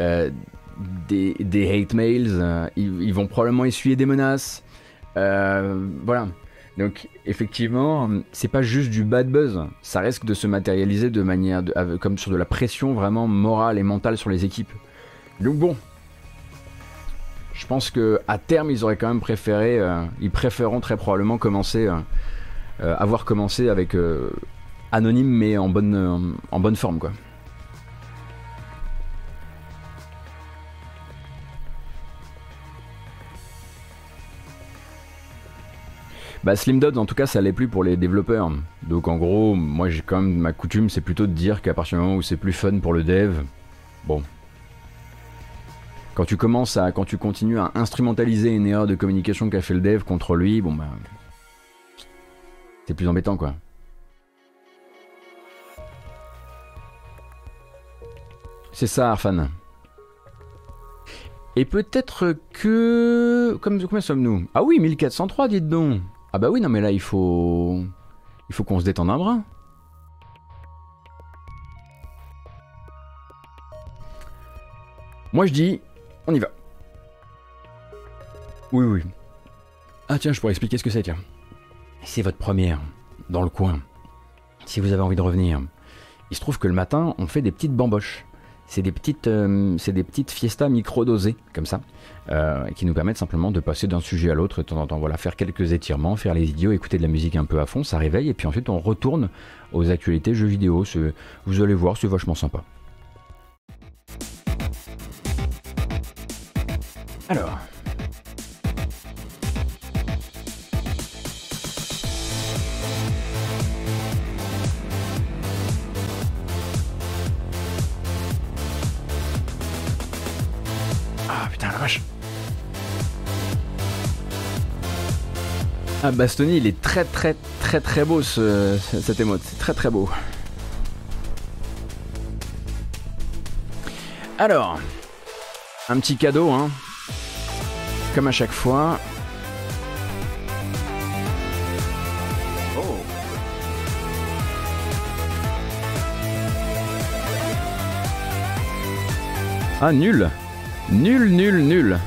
[SPEAKER 1] des hate mails, ils vont probablement essuyer des menaces, voilà. Donc effectivement, c'est pas juste du bad buzz, ça risque de se matérialiser de manière, comme sur de la pression vraiment morale et mentale sur les équipes. Donc bon. Je pense que à terme, ils auraient quand même préféré, ils préféreront très probablement avoir commencé avec anonyme mais en bonne forme, quoi. Slim Dodds, en tout cas, ça l'est plus pour les développeurs. Donc en gros, moi j'ai quand même ma coutume, c'est plutôt de dire qu'à partir du moment où c'est plus fun pour le dev, bon. Quand tu continues à instrumentaliser une erreur de communication qu'a fait le dev contre lui, c'est plus embêtant, quoi. C'est ça, Arfan. Et peut-être que... Combien sommes-nous? Ah oui, 1403, dites donc. Ah bah oui, non mais là, il faut qu'on se détende un brin. Moi, je dis... On y va. Oui. Ah tiens, je pourrais expliquer ce que c'est, tiens. C'est votre première, dans le coin. Si vous avez envie de revenir. Il se trouve que le matin, on fait des petites bamboches. c'est des petites fiestas micro-dosées, comme ça, qui nous permettent simplement de passer d'un sujet à l'autre de temps en temps. Voilà, faire quelques étirements, faire les idiots, écouter de la musique un peu à fond, ça réveille, et puis ensuite on retourne aux actualités jeux vidéo. Vous allez voir, c'est vachement sympa. Alors... Ah putain la vache. Ah Bastoni, il est très beau cet émote, c'est très beau. Alors, un petit cadeau, hein, comme à chaque fois. Oh. Ah nul. Nul.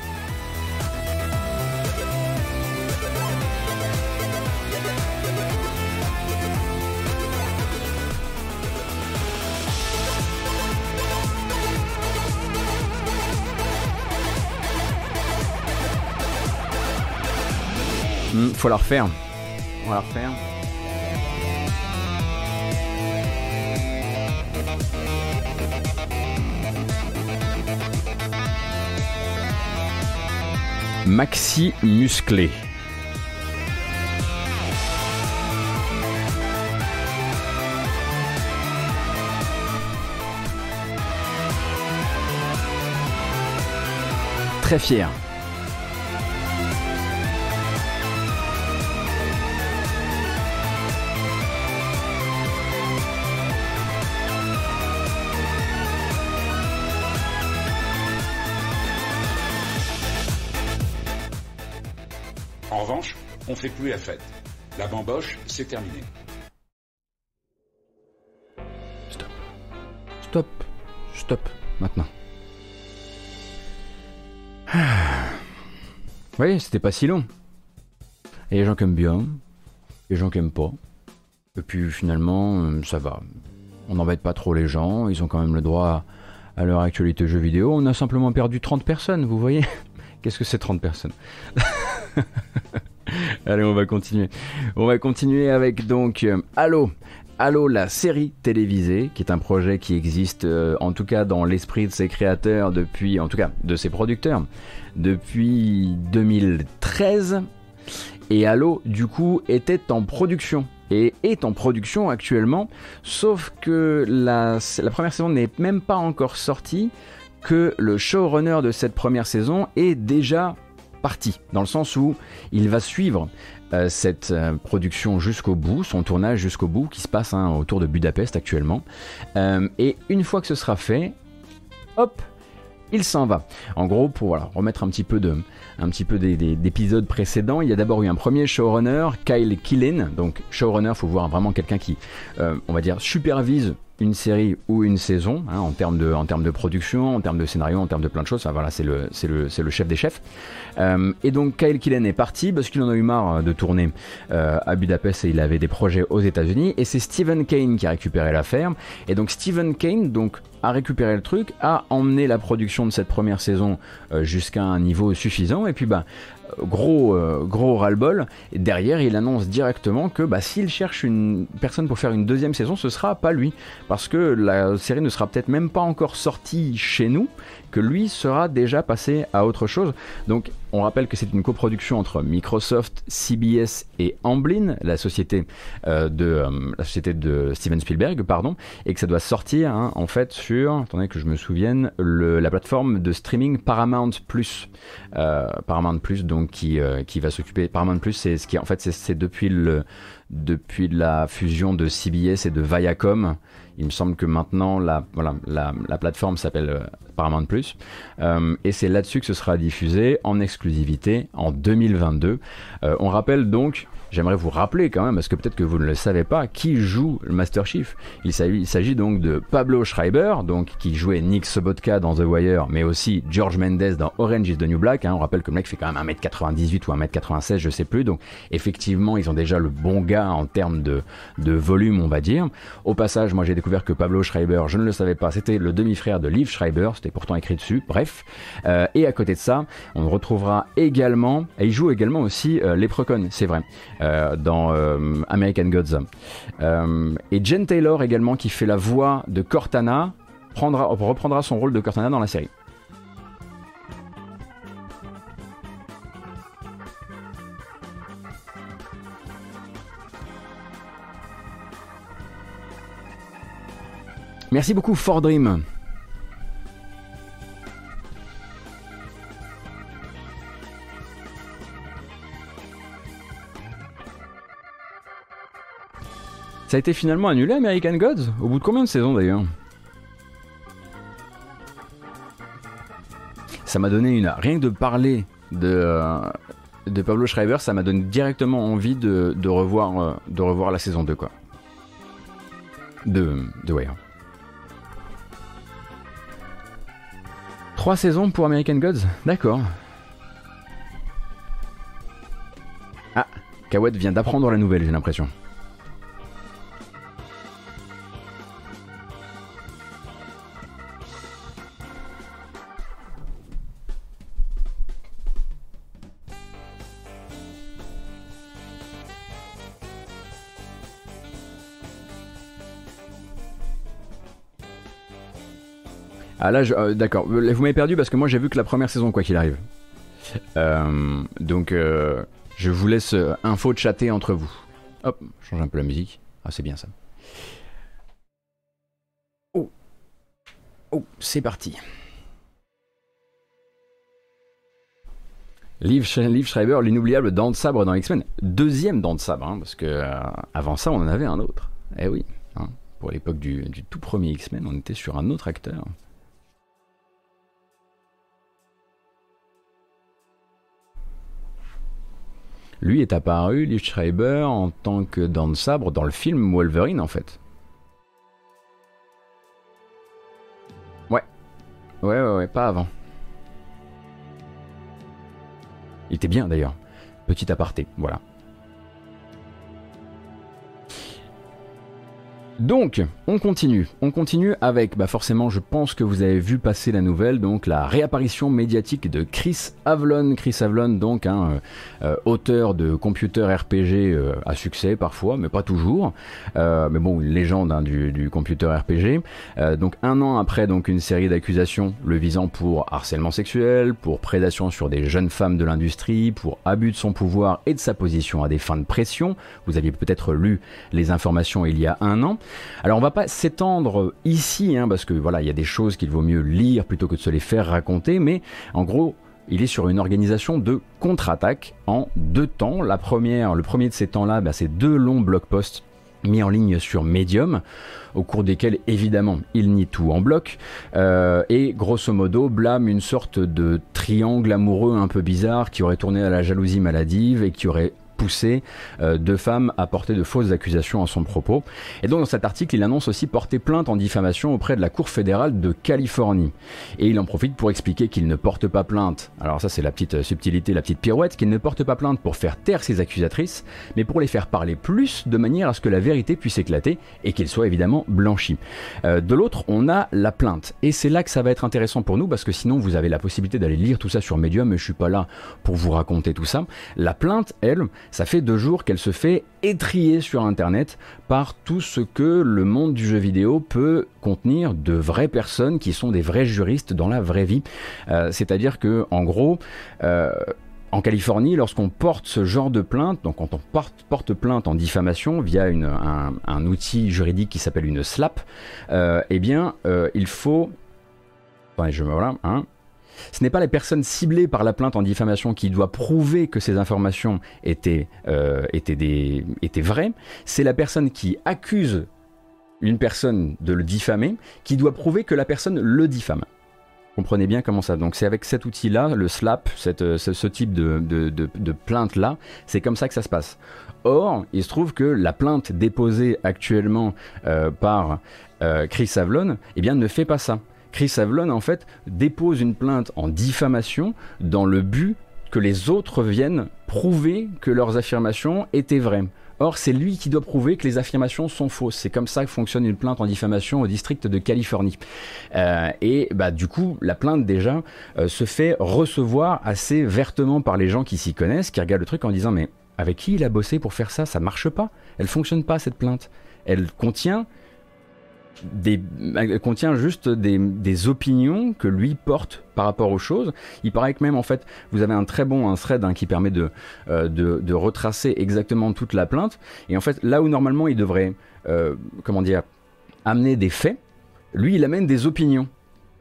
[SPEAKER 1] Faut la refaire. On va la refaire. Maxi musclé. Très fier.
[SPEAKER 4] En revanche, on fait plus la fête. La bamboche, c'est terminé.
[SPEAKER 1] Stop, maintenant. Oui, c'était pas si long. Il y a des gens qui aiment bien, des gens qui aiment pas. Et puis finalement, ça va. On n'embête pas trop les gens, ils ont quand même le droit à leur actualité jeux vidéo. On a simplement perdu 30 personnes, vous voyez. Qu'est-ce que c'est 30 personnes? Allez, on va continuer. On va continuer avec donc Halo, la série télévisée, qui est un projet qui existe en tout cas dans l'esprit de ses créateurs depuis, en tout cas de ses producteurs, depuis 2013. Et Halo, du coup, était en production. Et est en production actuellement, sauf que la première saison n'est même pas encore sortie, que le showrunner de cette première saison est déjà parti, dans le sens où il va suivre cette production jusqu'au bout, son tournage jusqu'au bout, qui se passe autour de Budapest actuellement. Et une fois que ce sera fait, hop, il s'en va. En gros, pour remettre un petit peu d'épisodes précédents, il y a d'abord eu un premier showrunner, Kyle Killen. Donc showrunner, faut voir vraiment quelqu'un qui, on va dire, supervise une série ou une saison, en termes de production, en termes de scénario, en termes de plein de choses. Enfin, voilà, c'est le chef des chefs. Et donc Kyle Killen est parti parce qu'il en a eu marre de tourner à Budapest et il avait des projets aux États-Unis. Et c'est Stephen Kane qui a récupéré l'affaire. Et donc Stephen Kane a récupéré le truc, a emmené la production de cette première saison jusqu'à un niveau suffisant. Et puis gros ras-le-bol. Et derrière, il annonce directement que s'il cherche une personne pour faire une deuxième saison, ce sera pas lui, parce que la série ne sera peut-être même pas encore sortie chez nous, que lui sera déjà passé à autre chose. Donc on rappelle que c'est une coproduction entre Microsoft, CBS et Amblin, la société de Steven Spielberg, pardon, et que ça doit sortir en fait sur, attendez que je me souvienne, la plateforme de streaming Paramount Plus, donc qui va s'occuper. Paramount Plus, c'est ce qui en fait c'est depuis la fusion de CBS et de Viacom. Il me semble que maintenant la plateforme s'appelle Paramount Plus, et c'est là-dessus que ce sera diffusé en exclusivité en 2022. On rappelle donc j'aimerais vous rappeler quand même, parce que peut-être que vous ne le savez pas, qui joue le Master Chief. Il s'agit donc de Pablo Schreiber, donc, qui jouait Nick Sobotka dans The Wire, mais aussi George Mendes dans Orange is the New Black. Hein. On rappelle que le mec fait quand même 1m98 ou 1m96, je sais plus. Donc effectivement, ils ont déjà le bon gars en termes de volume, on va dire. Au passage, moi j'ai découvert que Pablo Schreiber, je ne le savais pas, c'était le demi-frère de Liev Schreiber, c'était pourtant écrit dessus, bref. Et à côté de ça, on retrouvera également, et il joue également aussi Leprechaun, c'est vrai, dans American Gods. Et Jen Taylor également, qui fait la voix de Cortana, reprendra son rôle de Cortana dans la série. Merci beaucoup For Dream. Ça a été finalement annulé, American Gods? Au bout de combien de saisons d'ailleurs? Ça m'a donné rien que de parler de Pablo Schreiber, ça m'a donné directement envie de revoir la saison 2 quoi. De Wire. 3 saisons pour American Gods? D'accord. Ah, Kawet vient d'apprendre la nouvelle, j'ai l'impression. Ah là, d'accord, vous m'avez perdu parce que moi j'ai vu que la première saison quoi qu'il arrive. Donc je vous laisse info chatter entre vous. Hop, je change un peu la musique. Ah c'est bien ça. Oh, c'est parti. Liev Schreiber, l'inoubliable Dent de Sabre dans X-Men. Deuxième Dent de Sabre, hein, parce que avant ça on en avait un autre. Eh oui, hein, pour l'époque du tout premier X-Men, on était sur un autre acteur. Lui est apparu, Liev Schreiber, en tant que Dent de Sabre dans le film Wolverine en fait. Ouais, pas avant. Il était bien d'ailleurs. Petit aparté, voilà. Donc, on continue avec, forcément, je pense que vous avez vu passer la nouvelle, donc la réapparition médiatique de Chris Avlon. Chris Avlon, donc un auteur de computer RPG à succès parfois, mais pas toujours. Mais bon, une légende hein, du computer RPG. Donc un an après donc une série d'accusations le visant pour harcèlement sexuel, pour prédation sur des jeunes femmes de l'industrie, pour abus de son pouvoir et de sa position à des fins de pression. Vous aviez peut-être lu les informations il y a un an. Alors on va pas s'étendre ici, hein, parce que voilà, il y a des choses qu'il vaut mieux lire plutôt que de se les faire raconter, mais en gros, il est sur une organisation de contre-attaque en 2 temps. Le premier de ces temps-là, c'est 2 longs blog posts mis en ligne sur Medium, au cours desquels évidemment il nie tout en bloc, et grosso modo blâme une sorte de triangle amoureux un peu bizarre qui aurait tourné à la jalousie maladive et qui aurait poussé 2 femmes à porter de fausses accusations à son propos. Et donc dans cet article, il annonce aussi porter plainte en diffamation auprès de la Cour fédérale de Californie. Et il en profite pour expliquer qu'il ne porte pas plainte, alors ça c'est la petite subtilité, la petite pirouette, qu'il ne porte pas plainte pour faire taire ses accusatrices, mais pour les faire parler plus, de manière à ce que la vérité puisse éclater et qu'il soit évidemment blanchi. De l'autre, on a la plainte. Et c'est là que ça va être intéressant pour nous, parce que sinon vous avez la possibilité d'aller lire tout ça sur Medium, mais je suis pas là pour vous raconter tout ça. La plainte, elle, ça fait 2 jours qu'elle se fait étrier sur internet par tout ce que le monde du jeu vidéo peut contenir de vraies personnes qui sont des vrais juristes dans la vraie vie. C'est-à-dire que, en gros, en Californie, lorsqu'on porte ce genre de plainte, donc quand on porte plainte en diffamation via un outil juridique qui s'appelle une SLAP, il faut... Attendez, voilà, hein. Ce n'est pas les personnes ciblées par la plainte en diffamation qui doivent prouver que ces informations étaient vraies, c'est la personne qui accuse une personne de le diffamer qui doit prouver que la personne le diffame. Comprenez bien comment ça. Donc c'est avec cet outil-là, le SLAP, ce type de plainte-là, c'est comme ça que ça se passe. Or, il se trouve que la plainte déposée actuellement par Chris Avlon, eh bien, ne fait pas ça. Chris Avlon, en fait, dépose une plainte en diffamation dans le but que les autres viennent prouver que leurs affirmations étaient vraies. Or, c'est lui qui doit prouver que les affirmations sont fausses. C'est comme ça que fonctionne une plainte en diffamation au district de Californie. Et bah, du coup, la plainte déjà se fait recevoir assez vertement par les gens qui s'y connaissent, qui regardent le truc en disant « Mais avec qui il a bossé pour faire ça? Ça marche pas. Elle fonctionne pas, cette plainte. Elle contient juste des opinions que lui porte par rapport aux choses. Il paraît que même en fait vous avez un thread qui permet de retracer exactement toute la plainte, et en fait là où normalement il devrait amener des faits, lui il amène des opinions,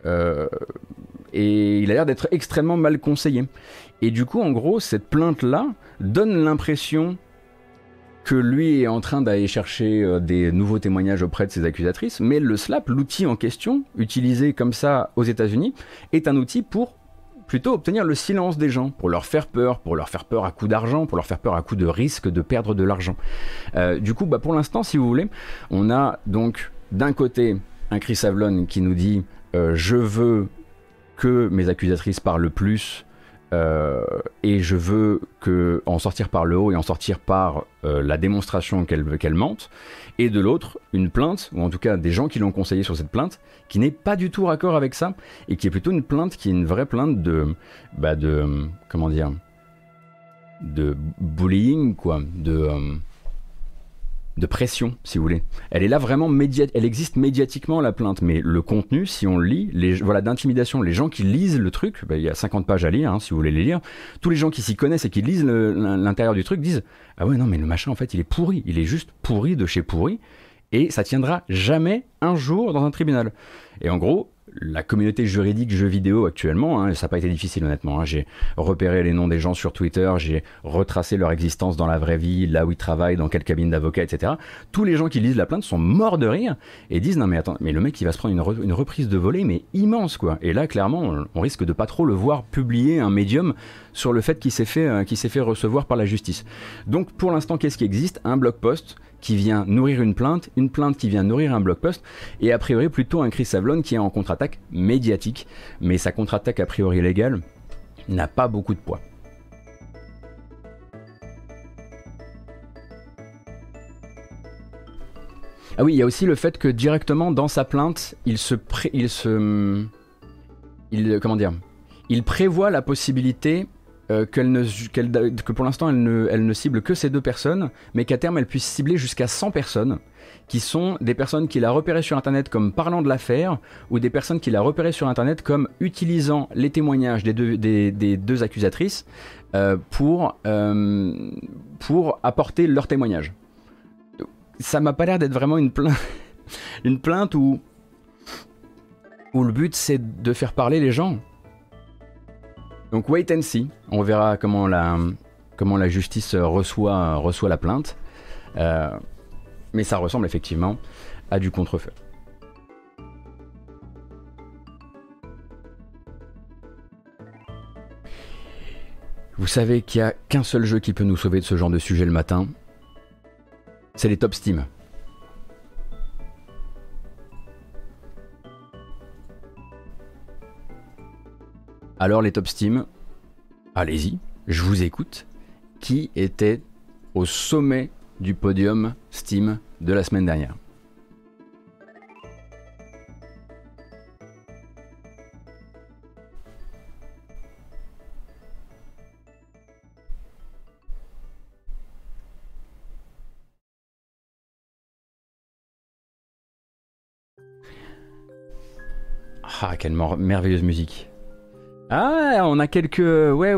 [SPEAKER 1] et il a l'air d'être extrêmement mal conseillé, et du coup en gros cette plainte là donne l'impression que lui est en train d'aller chercher des nouveaux témoignages auprès de ses accusatrices, mais le SLAP, l'outil en question, utilisé comme ça aux États-Unis, est un outil pour plutôt obtenir le silence des gens, pour leur faire peur à coup d'argent, pour leur faire peur à coup de risque de perdre de l'argent. Du coup, bah, pour l'instant, si vous voulez, on a donc d'un côté un Chris Avlon qui nous dit je veux que mes accusatrices parlent plus, et je veux en sortir par le haut et en sortir par la démonstration qu'elle mente, et de l'autre une plainte, ou en tout cas des gens qui l'ont conseillé sur cette plainte, qui n'est pas du tout raccord avec ça, et qui est plutôt une plainte qui est une vraie plainte de bullying, quoi, de pression, si vous voulez. Elle est là vraiment elle existe médiatiquement, la plainte, mais le contenu, si on le lit, d'intimidation, les gens qui lisent le truc, il y a 50 pages à lire, si vous voulez les lire, tous les gens qui s'y connaissent et qui lisent l'intérieur du truc disent « Ah ouais, non, mais le machin, en fait, il est pourri, il est juste pourri de chez pourri, et ça tiendra jamais un jour dans un tribunal. » Et en gros, la communauté juridique jeux vidéo actuellement, ça n'a pas été difficile honnêtement, j'ai repéré les noms des gens sur Twitter, j'ai retracé leur existence dans la vraie vie, là où ils travaillent, dans quelle cabine d'avocat, etc. Tous les gens qui lisent la plainte sont morts de rire et disent non mais attends, mais le mec il va se prendre une reprise de volée mais immense quoi. Et là clairement on risque de pas trop le voir publier un médium sur le fait qu'il s'est fait recevoir par la justice. Donc pour l'instant qu'est-ce qui existe? Un blog post qui vient nourrir une plainte qui vient nourrir un blog post, et a priori plutôt un Chris Avlon qui est en contre-attaque médiatique, mais sa contre-attaque a priori légale n'a pas beaucoup de poids. Ah oui, il y a aussi le fait que directement dans sa plainte, il prévoit la possibilité que pour l'instant elle ne cible que ces deux personnes, mais qu'à terme elle puisse cibler jusqu'à 100 personnes, qui sont des personnes qu'il a repérées sur internet comme parlant de l'affaire, ou des personnes qu'il a repérées sur internet comme utilisant les témoignages des deux accusatrices pour apporter leur témoignage. Ça m'a pas l'air d'être vraiment une plainte où le but c'est de faire parler les gens. Donc wait and see, on verra comment la justice reçoit la plainte, mais ça ressemble effectivement à du contrefeu. Vous savez qu'il n'y a qu'un seul jeu qui peut nous sauver de ce genre de sujet le matin, c'est les top Steam. Alors les top Steam, allez-y, je vous écoute. Qui était au sommet du podium Steam de la semaine dernière? Ah, quelle merveilleuse musique. Ah, on a quelques... Ouais,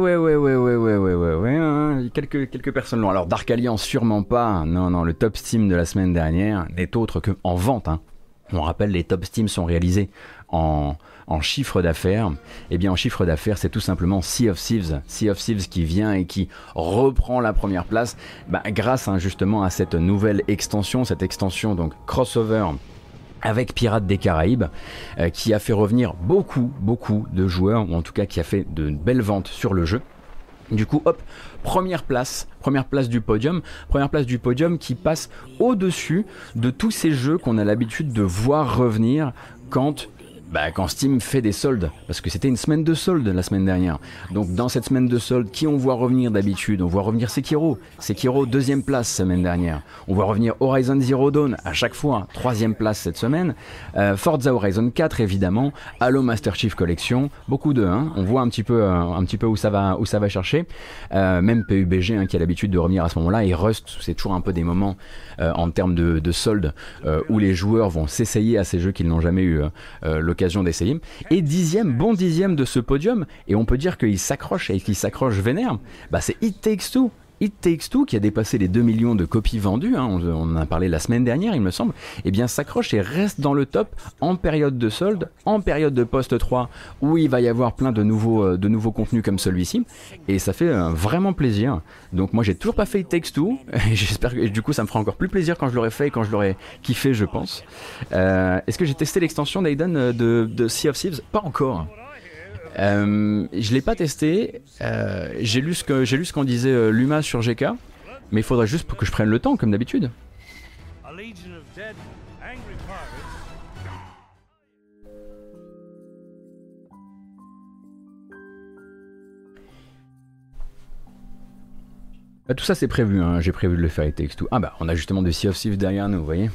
[SPEAKER 1] quelques personnes loin. Alors, Dark Alliance, sûrement pas. Non, le top Steam de la semaine dernière n'est autre que en vente. On rappelle, les top Steam sont réalisés en chiffre d'affaires. Et bien, en chiffre d'affaires, c'est tout simplement Sea of Thieves. Sea of Thieves qui vient et qui reprend la première place grâce justement à cette nouvelle extension, donc crossover avec Pirates des Caraïbes, qui a fait revenir beaucoup de joueurs, ou en tout cas qui a fait de belles ventes sur le jeu. Du coup, hop, première place du podium qui passe au-dessus de tous ces jeux qu'on a l'habitude de voir revenir quand Steam fait des soldes, parce que c'était une semaine de soldes la semaine dernière. Donc dans cette semaine de soldes, qui on voit revenir d'habitude? On voit revenir Sekiro, deuxième place semaine dernière. On voit revenir Horizon Zero Dawn à chaque fois, troisième place cette semaine. Forza Horizon 4 évidemment, Halo Master Chief Collection, beaucoup de on voit un petit peu où ça va chercher. Même PUBG qui a l'habitude de revenir à ce moment-là, et Rust, c'est toujours un peu des moments en termes de soldes où les joueurs vont s'essayer à ces jeux qu'ils n'ont jamais eu l'occasion d'essayer. Et bon dixième de ce podium, et on peut dire qu'il s'accroche et qu'il s'accroche vénère, c'est It Takes Two. It Takes Two, qui a dépassé les 2 millions de copies vendues, on en a parlé la semaine dernière il me semble, et bien s'accroche et reste dans le top en période de solde, en période de post 3, où il va y avoir plein de nouveaux contenus comme celui-ci, et ça fait vraiment plaisir. Donc moi j'ai toujours pas fait It Takes Two, et j'espère que du coup ça me fera encore plus plaisir quand je l'aurai fait et quand je l'aurai kiffé, je pense. Est-ce que j'ai testé l'extension d'Aiden de Sea of Thieves? Pas encore. Je l'ai pas testé, j'ai lu ce qu'en disait Luma sur GK, mais il faudrait juste que je prenne le temps comme d'habitude. Tout ça c'est prévu, j'ai prévu de le faire It Takes Two. On a justement de Sea of Thieves derrière nous, vous voyez.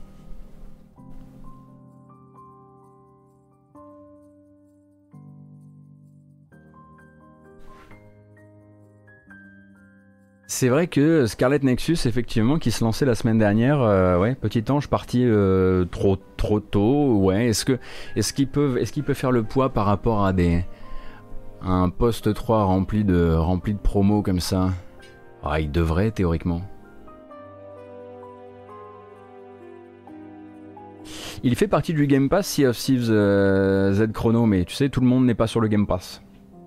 [SPEAKER 1] C'est vrai que Scarlet Nexus, effectivement, qui se lançait la semaine dernière, petit ange parti trop tôt, ouais. Est-ce qu'il peut faire le poids par rapport à un post 3 rempli de promos comme ça? Il devrait, théoriquement. Il fait partie du Game Pass Sea of Thieves Z Chrono, mais tu sais, tout le monde n'est pas sur le Game Pass.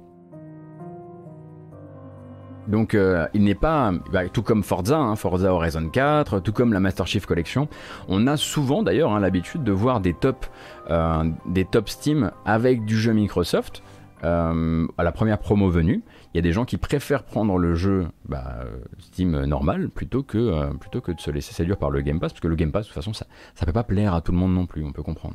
[SPEAKER 1] Donc il n'est pas, tout comme Forza Horizon 4, tout comme la Master Chief Collection, on a souvent d'ailleurs l'habitude de voir des tops Steam avec du jeu Microsoft à la première promo venue. Il y a des gens qui préfèrent prendre le jeu Steam normal plutôt que de se laisser séduire par le Game Pass, parce que le Game Pass de toute façon ça peut pas plaire à tout le monde non plus, on peut comprendre.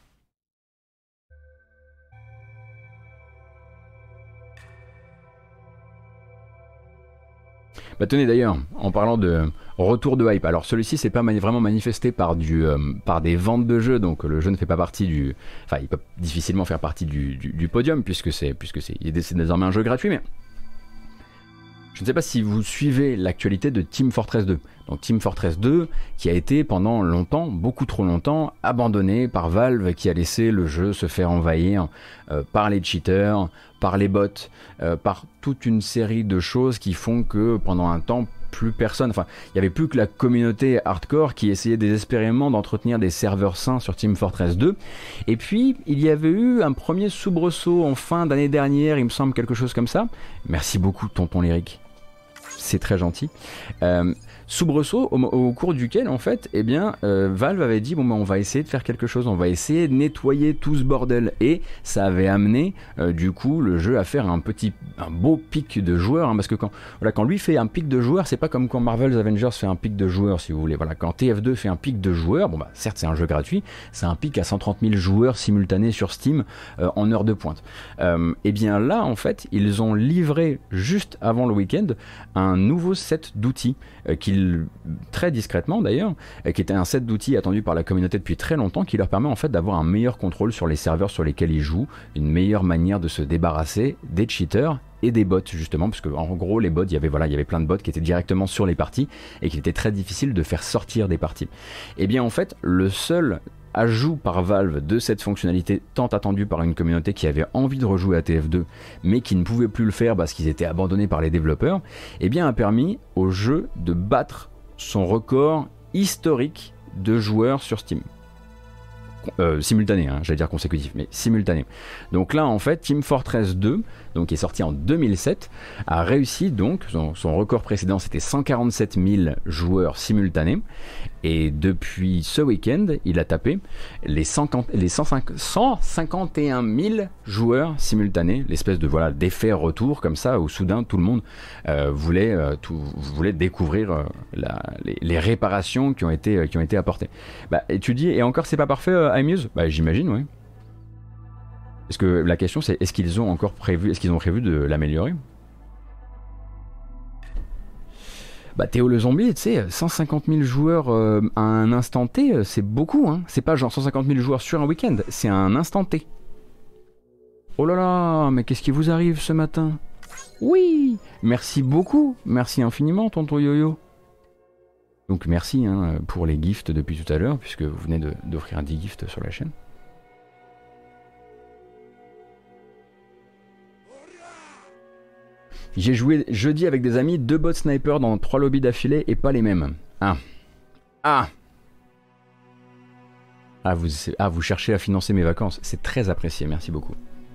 [SPEAKER 1] Tenez d'ailleurs, en parlant de retour de hype, alors celui-ci c'est pas vraiment manifesté par des ventes de jeux, donc le jeu ne fait pas partie il peut difficilement faire partie du podium puisque c'est désormais un jeu gratuit, mais je ne sais pas si vous suivez l'actualité de Team Fortress 2. Donc Team Fortress 2 qui a été pendant longtemps, beaucoup trop longtemps, abandonné par Valve, qui a laissé le jeu se faire envahir par les cheaters, par les bots, par toute une série de choses qui font que pendant un temps, plus personne, il n'y avait plus que la communauté hardcore qui essayait désespérément d'entretenir des serveurs sains sur Team Fortress 2. Et puis, il y avait eu un premier soubresaut en fin d'année dernière, il me semble, quelque chose comme ça. Merci beaucoup, tonton Lyric. C'est très gentil. Soubresaut au cours duquel en fait Valve avait dit on va essayer de faire quelque chose, on va essayer de nettoyer tout ce bordel, et ça avait amené du coup le jeu à faire un beau pic de joueurs, parce que quand lui fait un pic de joueurs, c'est pas comme quand Marvel's Avengers fait un pic de joueurs, si vous voulez. Quand TF2 fait un pic de joueurs, certes c'est un jeu gratuit, c'est un pic à 130 000 joueurs simultanés sur Steam en heure de pointe. Et bien là en fait ils ont livré juste avant le week-end un nouveau set d'outils très discrètement d'ailleurs, qui était un set d'outils attendu par la communauté depuis très longtemps, qui leur permet en fait d'avoir un meilleur contrôle sur les serveurs sur lesquels ils jouent, une meilleure manière de se débarrasser des cheaters et des bots, justement, parce que en gros les bots, il y avait plein de bots qui étaient directement sur les parties et qu'il était très difficile de faire sortir des parties. Et bien en fait le seul ajout par Valve de cette fonctionnalité tant attendue par une communauté qui avait envie de rejouer à TF2 mais qui ne pouvait plus le faire parce qu'ils étaient abandonnés par les développeurs, a permis au jeu de battre son record historique de joueurs sur Steam. Simultané, j'allais dire consécutif, mais simultané. Donc là en fait Team Fortress 2, donc qui est sorti en 2007, a réussi donc, son record précédent c'était 147 000 joueurs simultanés, et depuis ce week-end, il a tapé les 151 000 joueurs simultanés, l'espèce de voilà, d'effet retour comme ça, où soudain tout le monde voulait découvrir les réparations qui ont été apportées. Bah, et tu dis, et encore c'est pas parfait, iMuse ? Bah j'imagine, oui. Parce que la question c'est, est-ce qu'ils ont prévu de l'améliorer ? Bah Théo le zombie, tu sais, 150 000 joueurs à un instant T, c'est beaucoup, hein. C'est pas genre 150 000 joueurs sur un week-end, c'est à un instant T. Oh là là, mais qu'est-ce qui vous arrive ce matin ? Oui, merci beaucoup, merci infiniment, tonton Yo-Yo. Donc merci hein, pour les gifts depuis tout à l'heure, puisque vous venez d'offrir 10 gifts sur la chaîne. J'ai joué jeudi avec des amis, 2 bots snipers dans 3 lobbies d'affilée et pas les mêmes. Vous cherchez à financer mes vacances, c'est très apprécié, merci beaucoup.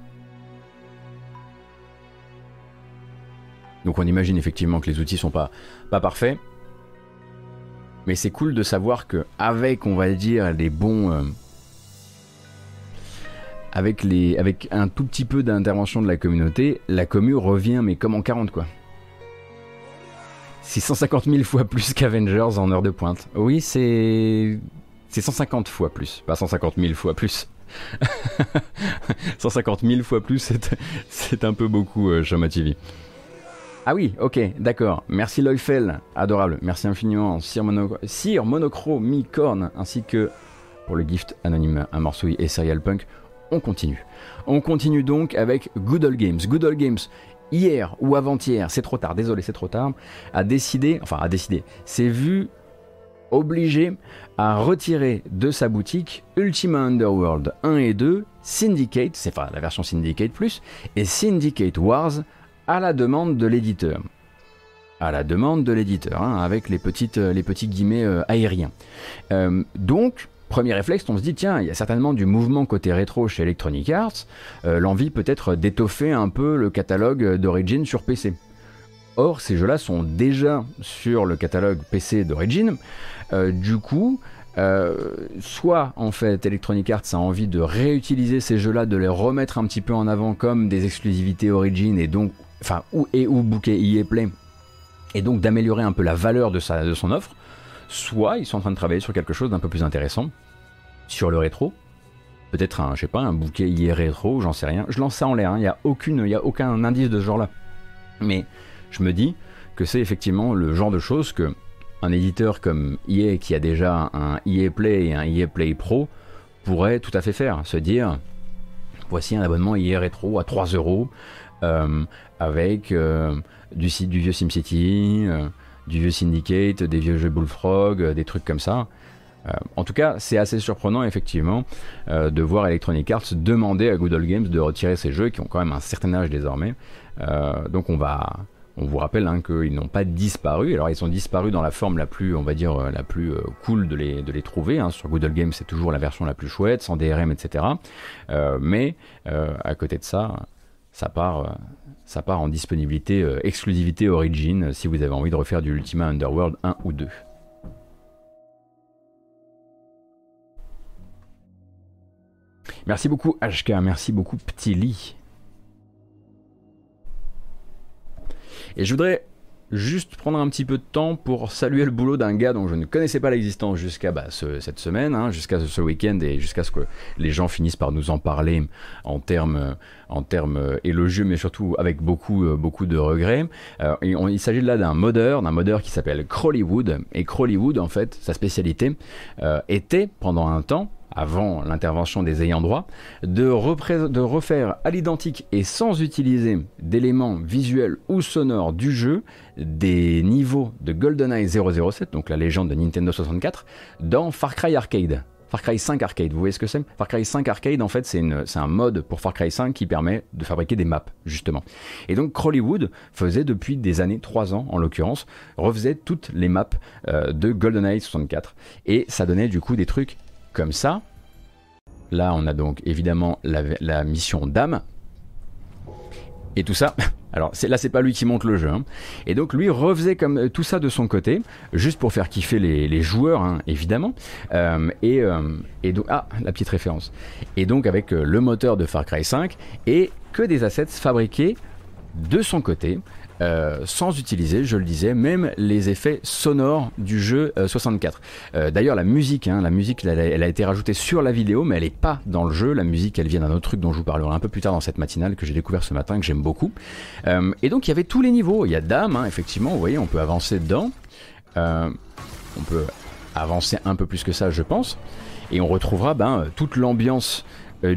[SPEAKER 1] Donc on imagine effectivement que les outils sont pas parfaits, mais c'est cool de savoir que avec, on va dire, les bons... Avec un tout petit peu d'intervention de la communauté, la commu revient mais comme en 40 quoi. C'est 150 000 fois plus qu'Avengers en heure de pointe. Oui, c'est 150 fois plus, pas 150 000 fois plus. 150 000 fois plus, c'est un peu beaucoup, Shoma TV. Ah oui, ok, d'accord. Merci Loyfel, adorable. Merci infiniment, Sir Monocro, Mi-Corn, ainsi que pour le gift anonyme, un morceau et Serial Punk. On continue donc avec Good Old Games. Good Old Games, hier ou avant-hier, c'est trop tard, désolé, c'est trop tard, s'est vu obligé à retirer de sa boutique Ultima Underworld 1 et 2, Syndicate, c'est la version Syndicate Plus, et Syndicate Wars à la demande de l'éditeur. Avec les petits guillemets aériens. Donc, premier réflexe, on se dit, tiens, il y a certainement du mouvement côté rétro chez Electronic Arts, l'envie peut-être d'étoffer un peu le catalogue d'Origin sur PC. Or, ces jeux-là sont déjà sur le catalogue PC d'Origin, du coup, soit en fait Electronic Arts a envie de réutiliser ces jeux-là, de les remettre un petit peu en avant comme des exclusivités Origin, et donc, ou booker EA Play, et donc d'améliorer un peu la valeur de son offre, soit ils sont en train de travailler sur quelque chose d'un peu plus intéressant, sur le rétro, peut-être un bouquet EA rétro, j'en sais rien, je lance ça en l'air, il n'y a aucun indice de ce genre là, mais je me dis que c'est effectivement le genre de choses que un éditeur comme EA qui a déjà un EA Play et un EA Play Pro pourrait tout à fait faire, se dire voici un abonnement EA rétro à 3 €, avec du vieux SimCity, du vieux Syndicate, des vieux jeux Bullfrog, des trucs comme ça. En tout cas, c'est assez surprenant effectivement de voir Electronic Arts demander à Good Old Games de retirer ces jeux qui ont quand même un certain âge désormais. Donc on vous rappelle qu'ils n'ont pas disparu. Alors ils ont disparu dans la forme la plus, on va dire, la plus cool de les trouver. Sur Good Old Games, c'est toujours la version la plus chouette, sans DRM, etc. Mais à côté de ça, ça part en disponibilité, exclusivité Origin, si vous avez envie de refaire du Ultima Underworld 1 ou 2. Merci beaucoup HK, merci beaucoup Petit Lit. Et je voudrais juste prendre un petit peu de temps pour saluer le boulot d'un gars dont je ne connaissais pas l'existence jusqu'à cette semaine, jusqu'à ce week-end, et jusqu'à ce que les gens finissent par nous en parler en termes élogieux, mais surtout avec beaucoup de regrets. Il s'agit là d'un modeur qui s'appelle Crawlywood, et Crawlywood, en fait, sa spécialité était pendant un temps, avant l'intervention des ayants droit, de refaire à l'identique et sans utiliser d'éléments visuels ou sonores du jeu des niveaux de GoldenEye 007, donc la légende de Nintendo 64, dans Far Cry Arcade. Far Cry 5 Arcade, vous voyez ce que c'est ? Far Cry 5 Arcade, en fait, c'est un mode pour Far Cry 5 qui permet de fabriquer des maps, justement. Et donc Crawlywood faisait depuis des années, 3 ans en l'occurrence, refaisait toutes les maps de GoldenEye 64. Et ça donnait du coup des trucs comme ça. Là, on a donc évidemment la mission d'âme. Et tout ça, alors là c'est pas lui qui monte le jeu, hein. Et donc lui refaisait comme tout ça de son côté, juste pour faire kiffer les joueurs, hein, évidemment. Et donc, ah, la petite référence. Et donc avec le moteur de Far Cry 5 et que des assets fabriqués de son côté. Sans utiliser, je le disais, même les effets sonores du jeu 64. D'ailleurs, la musique, elle a été rajoutée sur la vidéo, mais elle n'est pas dans le jeu. La musique, elle vient d'un autre truc dont je vous parlerai un peu plus tard dans cette matinale que j'ai découvert ce matin, que j'aime beaucoup. Et donc, il y avait tous les niveaux. Il y a Dame, hein, effectivement, vous voyez, on peut avancer dedans. On peut avancer un peu plus que ça, je pense. Et on retrouvera toute l'ambiance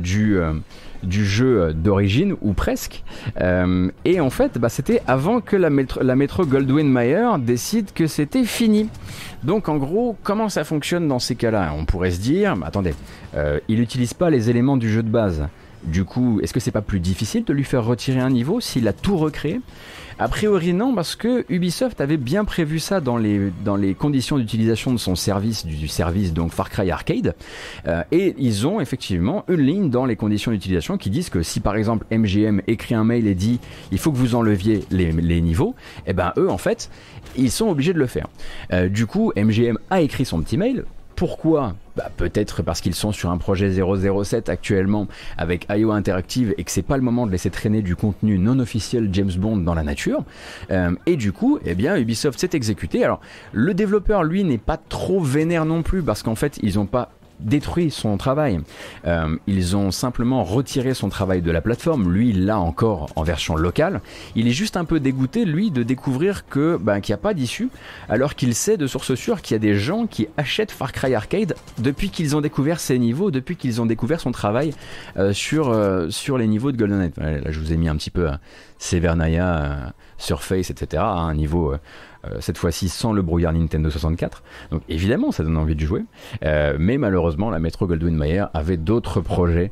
[SPEAKER 1] du jeu d'origine, ou presque. Et en fait, c'était avant que la métro Goldwyn Mayer décide que c'était fini. Donc en gros, comment ça fonctionne dans ces cas-là? On pourrait se dire, attendez, il n'utilise pas les éléments du jeu de base. Du coup, est-ce que c'est pas plus difficile de lui faire retirer un niveau s'il a tout recréé? A priori non, parce que Ubisoft avait bien prévu ça dans les conditions d'utilisation de son service, du service donc Far Cry Arcade, et ils ont effectivement une ligne dans les conditions d'utilisation qui disent que si par exemple MGM écrit un mail et dit il faut que vous enleviez les niveaux, et eux en fait ils sont obligés de le faire. Du coup MGM a écrit son petit mail. Pourquoi? Peut-être parce qu'ils sont sur un projet 007 actuellement avec IO Interactive et que c'est pas le moment de laisser traîner du contenu non officiel James Bond dans la nature. Et du coup, Ubisoft s'est exécuté. Alors, le développeur, lui, n'est pas trop vénère non plus parce qu'en fait, ils n'ont pas détruit son travail. Ils ont simplement retiré son travail de la plateforme. Lui, il l'a encore en version locale. Il est juste un peu dégoûté, lui, de découvrir que qu'il n'y a pas d'issue, alors qu'il sait de source sûre qu'il y a des gens qui achètent Far Cry Arcade depuis qu'ils ont découvert ses niveaux, depuis qu'ils ont découvert son travail sur les niveaux de GoldenEye. Là, je vous ai mis un petit peu Severnaya, Surface, etc. à un niveau... cette fois-ci sans le brouillard Nintendo 64. Donc évidemment ça donne envie de jouer, mais malheureusement la Metro Goldwyn Mayer avait d'autres projets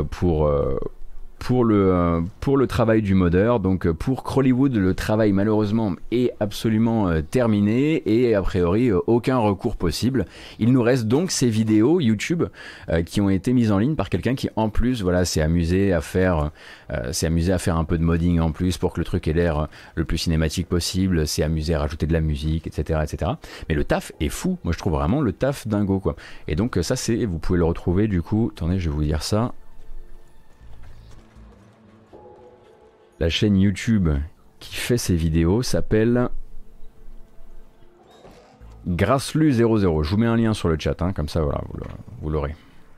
[SPEAKER 1] pour le travail du modeur. Donc pour Crawlywood, le travail malheureusement est absolument terminé et a priori aucun recours possible. Il nous reste donc ces vidéos YouTube qui ont été mises en ligne par quelqu'un qui en plus s'est amusé à faire un peu de modding en plus pour que le truc ait l'air le plus cinématique possible, s'est amusé à rajouter de la musique, etc. Mais le taf est fou, moi je trouve vraiment le taf dingo quoi. Et donc ça vous pouvez le retrouver du coup, attendez je vais vous dire ça. La chaîne YouTube qui fait ces vidéos s'appelle Graslu00. Je vous mets un lien sur le chat, comme ça voilà, vous l'aurez.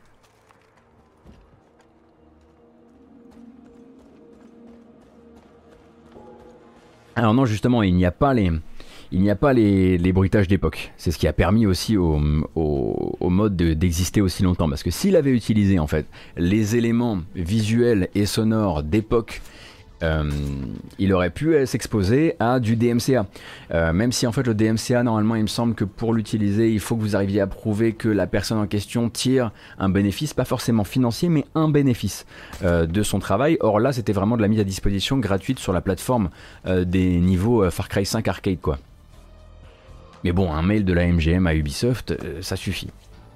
[SPEAKER 1] Alors non, justement, il n'y a pas les bruitages d'époque. C'est ce qui a permis aussi au mode d'exister aussi longtemps. Parce que s'il avait utilisé en fait les éléments visuels et sonores d'époque, il aurait pu s'exposer à du DMCA. Même si en fait le DMCA, normalement, il me semble que pour l'utiliser, il faut que vous arriviez à prouver que la personne en question tire un bénéfice, pas forcément financier, mais un bénéfice de son travail. Or là, c'était vraiment de la mise à disposition gratuite sur la plateforme des niveaux Far Cry 5 Arcade, quoi. Mais bon, un mail de la MGM à Ubisoft, ça suffit.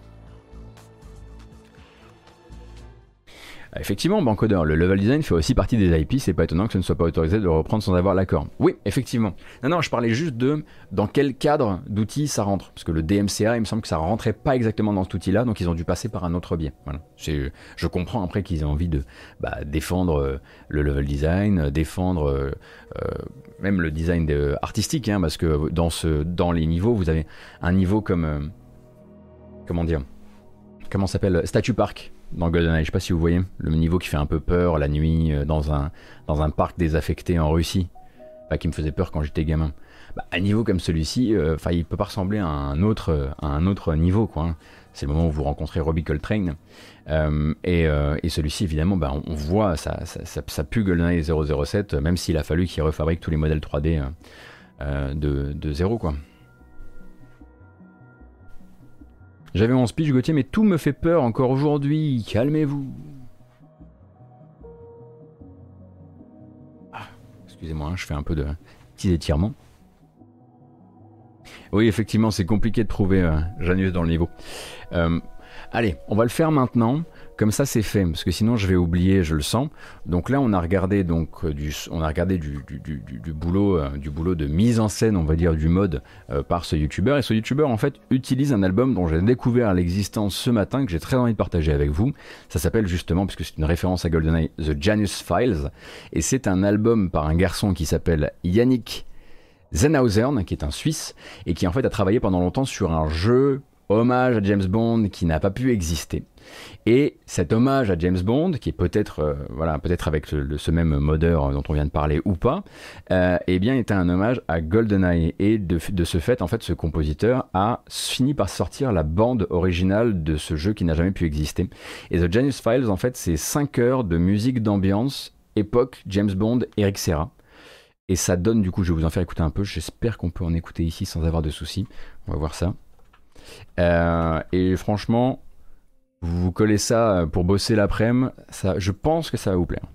[SPEAKER 1] Effectivement, Bancodeur, le level design fait aussi partie des IP, c'est pas étonnant que ce ne soit pas autorisé de le reprendre sans avoir l'accord. Oui, effectivement. Non, je parlais juste de dans quel cadre d'outils ça rentre. Parce que le DMCA, il me semble que ça rentrait pas exactement dans cet outil-là, donc ils ont dû passer par un autre biais. Voilà. Je comprends après qu'ils aient envie de défendre le level design, défendre même le design artistique, parce que dans les niveaux, vous avez un niveau comme... comment s'appelle Statue Park dans GoldenEye, je sais pas si vous voyez, le niveau qui fait un peu peur la nuit dans un parc désaffecté en Russie, qui me faisait peur quand j'étais gamin. Un niveau comme celui-ci, il peut pas ressembler à un autre niveau, quoi. C'est le moment où vous rencontrez Robbie Coltrane, et celui-ci évidemment, on voit ça pue GoldenEye 007, même s'il a fallu qu'il refabrique tous les modèles 3D de zéro, quoi. J'avais mon speech, Gauthier, mais tout me fait peur encore aujourd'hui. Calmez-vous. Excusez-moi, je fais un peu de petits étirements. Oui, effectivement, c'est compliqué de trouver Janus dans le niveau. Allez, on va le faire maintenant. Comme ça, c'est fait, parce que sinon je vais oublier, je le sens. Donc là, on a regardé donc du boulot de mise en scène, on va dire du mode par ce youtubeur. Et ce youtubeur en fait utilise un album dont j'ai découvert l'existence ce matin, que j'ai très envie de partager avec vous. Ça s'appelle justement, puisque c'est une référence à GoldenEye, The Janus Files, et c'est un album par un garçon qui s'appelle Yannick Zenhausen, qui est un Suisse et qui en fait a travaillé pendant longtemps sur un jeu hommage à James Bond qui n'a pas pu exister. Et cet hommage à James Bond, qui est peut-être peut-être avec ce même modeur dont on vient de parler ou pas, eh bien était un hommage à GoldenEye. Et de ce fait, en fait, ce compositeur a fini par sortir la bande originale de ce jeu qui n'a jamais pu exister. Et The Janus Files, en fait, c'est 5 heures de musique d'ambiance, époque James Bond, Eric Serra. Et ça donne, du coup, je vais vous en faire écouter un peu. J'espère qu'on peut en écouter ici sans avoir de soucis. On va voir ça. Et franchement, vous collez ça pour bosser l'après-midi, je pense que ça va vous plaire.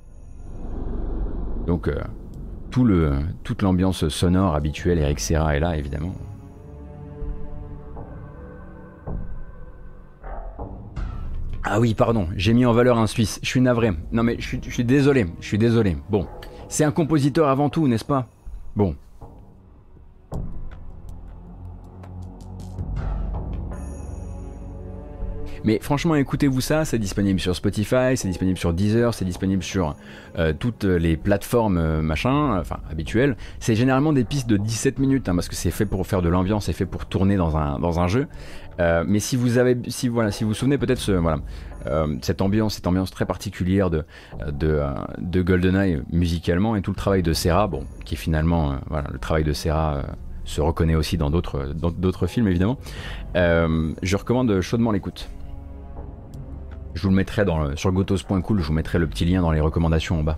[SPEAKER 1] Donc, toute l'ambiance sonore habituelle, Eric Serra est là, évidemment. Ah oui, pardon, j'ai mis en valeur un Suisse. Je suis navré. Non mais je suis désolé, Bon, c'est un compositeur avant tout, n'est-ce pas? Bon. Mais franchement, écoutez-vous ça, c'est disponible sur Spotify, c'est disponible sur Deezer, c'est disponible sur toutes les plateformes habituelles. C'est généralement des pistes de 17 minutes, parce que c'est fait pour faire de l'ambiance, c'est fait pour tourner dans un jeu. Mais si vous vous souvenez peut-être cette ambiance très particulière de GoldenEye musicalement, et tout le travail de Serra, qui est finalement le travail de Serra se reconnaît aussi dans d'autres films évidemment. Je recommande chaudement l'écoute. Je vous le mettrai sur gotos.cool, je vous mettrai le petit lien dans les recommandations en bas.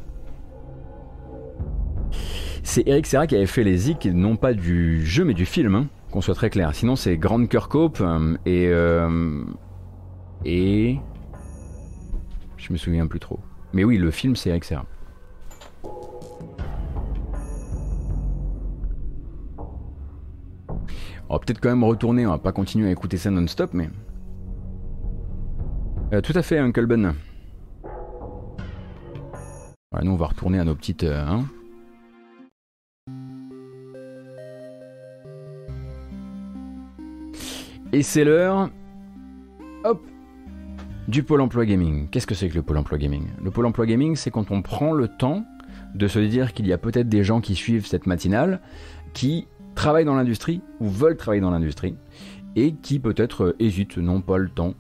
[SPEAKER 1] C'est Eric Serra qui avait fait les zik, non pas du jeu mais du film, qu'on soit très clair. Sinon c'est Grant Kirkhope et je me souviens plus trop. Mais oui, le film c'est Eric Serra. On va peut-être quand même retourner, on va pas continuer à écouter ça non-stop, mais... tout à fait, Uncle Ben. Voilà, nous on va retourner à nos petites... Et c'est l'heure... Hop, du Pôle Emploi Gaming. Qu'est-ce que c'est que le Pôle Emploi Gaming? Le Pôle Emploi Gaming, c'est quand on prend le temps de se dire qu'il y a peut-être des gens qui suivent cette matinale, qui travaillent dans l'industrie ou veulent travailler dans l'industrie et qui peut-être hésitent, n'ont pas le temps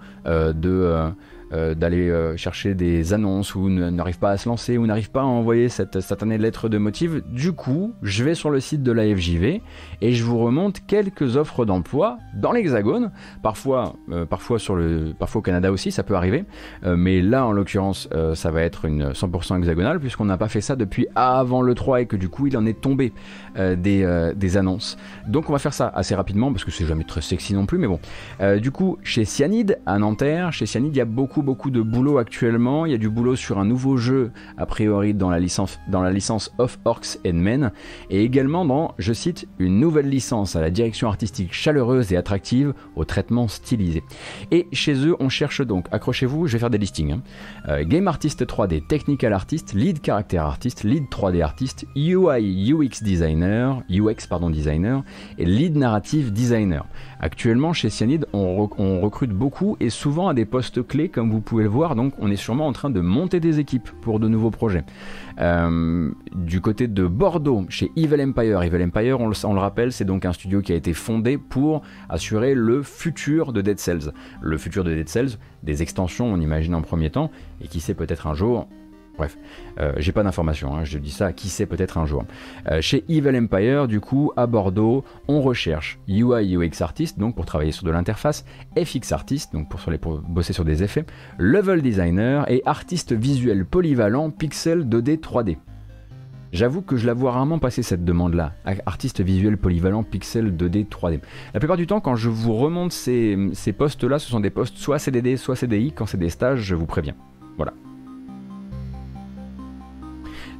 [SPEAKER 1] d'aller chercher des annonces ou n'arrivent pas à se lancer ou n'arrivent pas à envoyer cette satanée lettre de motif. Du coup, je vais sur le site de la FJV et je vous remonte quelques offres d'emploi dans l'Hexagone, parfois au Canada aussi, ça peut arriver, mais là en l'occurrence ça va être une 100% hexagonale puisqu'on n'a pas fait ça depuis avant le 3 et que du coup il en est tombé des annonces. Donc on va faire ça assez rapidement parce que c'est jamais très sexy non plus, mais bon. Du coup, chez Cyanide à Nanterre, chez Cyanide il y a beaucoup de boulot actuellement. Il y a du boulot sur un nouveau jeu a priori dans la licence Of Orcs and Men et également dans, je cite, une nouvelle licence à la direction artistique chaleureuse et attractive au traitement stylisé. Et chez eux on cherche donc, accrochez-vous, je vais faire des listings, Game Artist 3D, Technical Artist, Lead Character Artist, Lead 3D Artist, UI UX Designer et Lead Narrative Designer. Actuellement chez Cyanide on recrute beaucoup et souvent à des postes clés comme vous pouvez le voir, donc on est sûrement en train de monter des équipes pour de nouveaux projets. Du côté de Bordeaux, chez Evil Empire, on le rappelle, c'est donc un studio qui a été fondé pour assurer le futur de Dead Cells. Le futur de Dead Cells, des extensions on imagine en premier temps, et qui sait peut-être un jour... Bref, j'ai pas d'informations, je dis ça, qui sait peut-être un jour. Chez Evil Empire, du coup, à Bordeaux, on recherche UI UX Artist, donc pour travailler sur de l'interface, FX Artist, donc pour bosser sur des effets, Level Designer et Artiste Visuel Polyvalent Pixel 2D 3D. J'avoue que je la vois rarement passer cette demande-là, artiste visuel polyvalent pixel 2D 3D. La plupart du temps, quand je vous remonte ces postes-là, ce sont des postes soit CDD, soit CDI. Quand c'est des stages, je vous préviens. Voilà.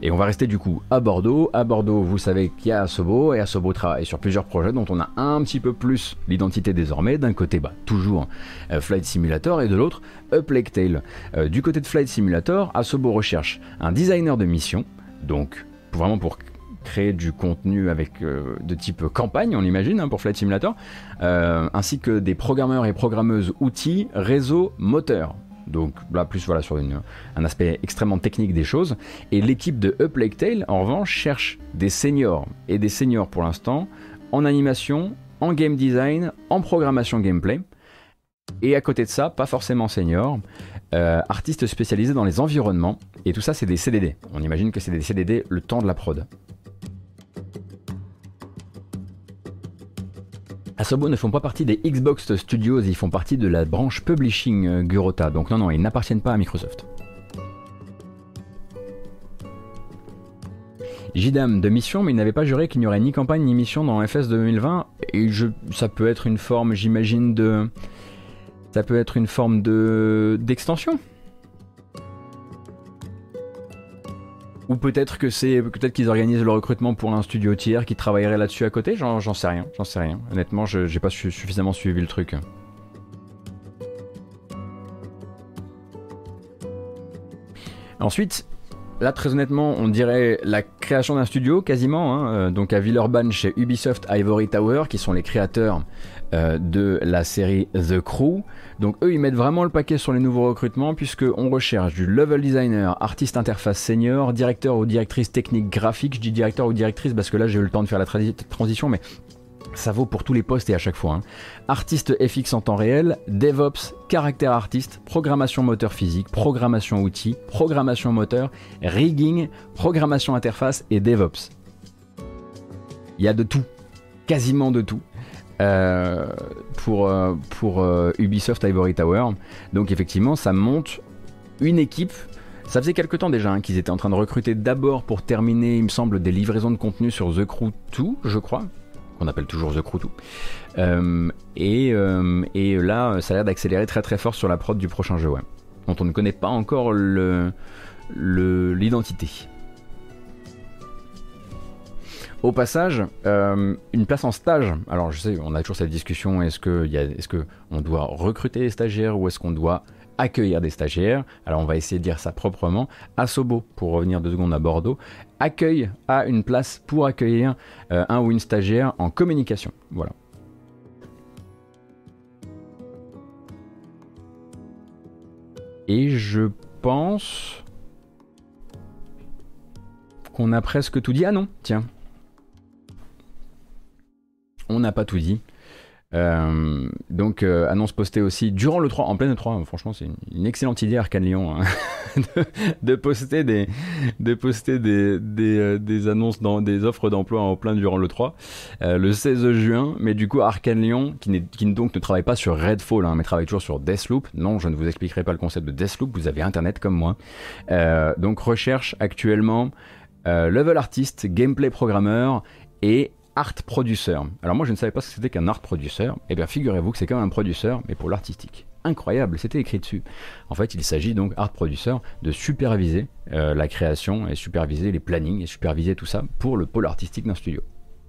[SPEAKER 1] Et on va rester du coup à Bordeaux. À Bordeaux, vous savez qu'il y a Asobo, et Asobo travaille sur plusieurs projets dont on a un petit peu plus l'identité désormais. D'un côté, toujours Flight Simulator, et de l'autre, A Plague Tale. Du côté de Flight Simulator, Asobo recherche un designer de mission, donc vraiment pour créer du contenu avec de type campagne, on imagine, pour Flight Simulator, ainsi que des programmeurs et programmeuses outils, réseau, moteur. Donc là, plus voilà, sur un aspect extrêmement technique des choses. Et l'équipe de A Plague Tale, en revanche, cherche des seniors, et des seniors pour l'instant, en animation, en game design, en programmation gameplay. Et à côté de ça, pas forcément seniors, artistes spécialisés dans les environnements. Et tout ça, c'est des CDD. On imagine que c'est des CDD le temps de la prod. Asobo ne font pas partie des Xbox Studios, ils font partie de la branche Publishing Gurota, donc non, ils n'appartiennent pas à Microsoft. Jidam de mission, mais il n'avait pas juré qu'il n'y aurait ni campagne ni mission dans FS 2020, et ça peut être une forme, j'imagine, d'extension. Ou peut-être qu'ils organisent le recrutement pour un studio tiers qui travaillerait là-dessus à côté, j'en sais rien. Honnêtement, j'ai pas suffisamment suivi le truc. Ensuite, là très honnêtement, on dirait la création d'un studio quasiment, donc à Villeurbanne chez Ubisoft Ivory Tower, qui sont les créateurs de la série The Crew. Donc eux, ils mettent vraiment le paquet sur les nouveaux recrutements, puisqu'on recherche du level designer, artiste interface senior, directeur ou directrice technique graphique. Je dis directeur ou directrice parce que là j'ai eu le temps de faire la transition, mais ça vaut pour tous les postes et à chaque fois. Artiste FX en temps réel, DevOps, caractère artiste, programmation moteur physique, programmation outils, programmation moteur, rigging, programmation interface et DevOps. Il y a de tout, quasiment de tout. Pour Ubisoft Ivory Tower. Donc effectivement, ça monte une équipe. Ça faisait quelque temps déjà qu'ils étaient en train de recruter d'abord pour terminer, il me semble, des livraisons de contenu sur The Crew 2, je crois, qu'on appelle toujours The Crew 2. Et là, ça a l'air d'accélérer très très fort sur la prod du prochain jeu, dont on ne connaît pas encore l'identité. Au passage, une place en stage. Alors je sais, on a toujours cette discussion, est-ce que on doit recruter des stagiaires ou est-ce qu'on doit accueillir des stagiaires? Alors on va essayer de dire ça proprement. Asobo, pour revenir 2 secondes à Bordeaux, accueille à une place pour accueillir un ou une stagiaire en communication. Voilà. Et je pense qu'on a presque tout dit. Ah non, tiens. On n'a pas tout dit. Donc annonce postée aussi durant le 3, en pleine 3. Franchement, c'est une excellente idée, Arkane Lyon, de poster des annonces dans des offres d'emploi en plein durant le 3, le 16 juin. Mais du coup, Arkane Lyon, qui donc ne travaille pas sur Redfall, mais travaille toujours sur Deathloop. Non, je ne vous expliquerai pas le concept de Deathloop. Vous avez Internet comme moi. Donc recherche actuellement level artiste, gameplay programmeur et art producer. Alors moi je ne savais pas ce que c'était qu'un art producer. Eh bien figurez-vous que c'est comme un producer mais pour l'artistique. Incroyable, c'était écrit dessus. En fait il s'agit donc art producer de superviser la création et superviser les plannings et superviser tout ça pour le pôle artistique d'un studio.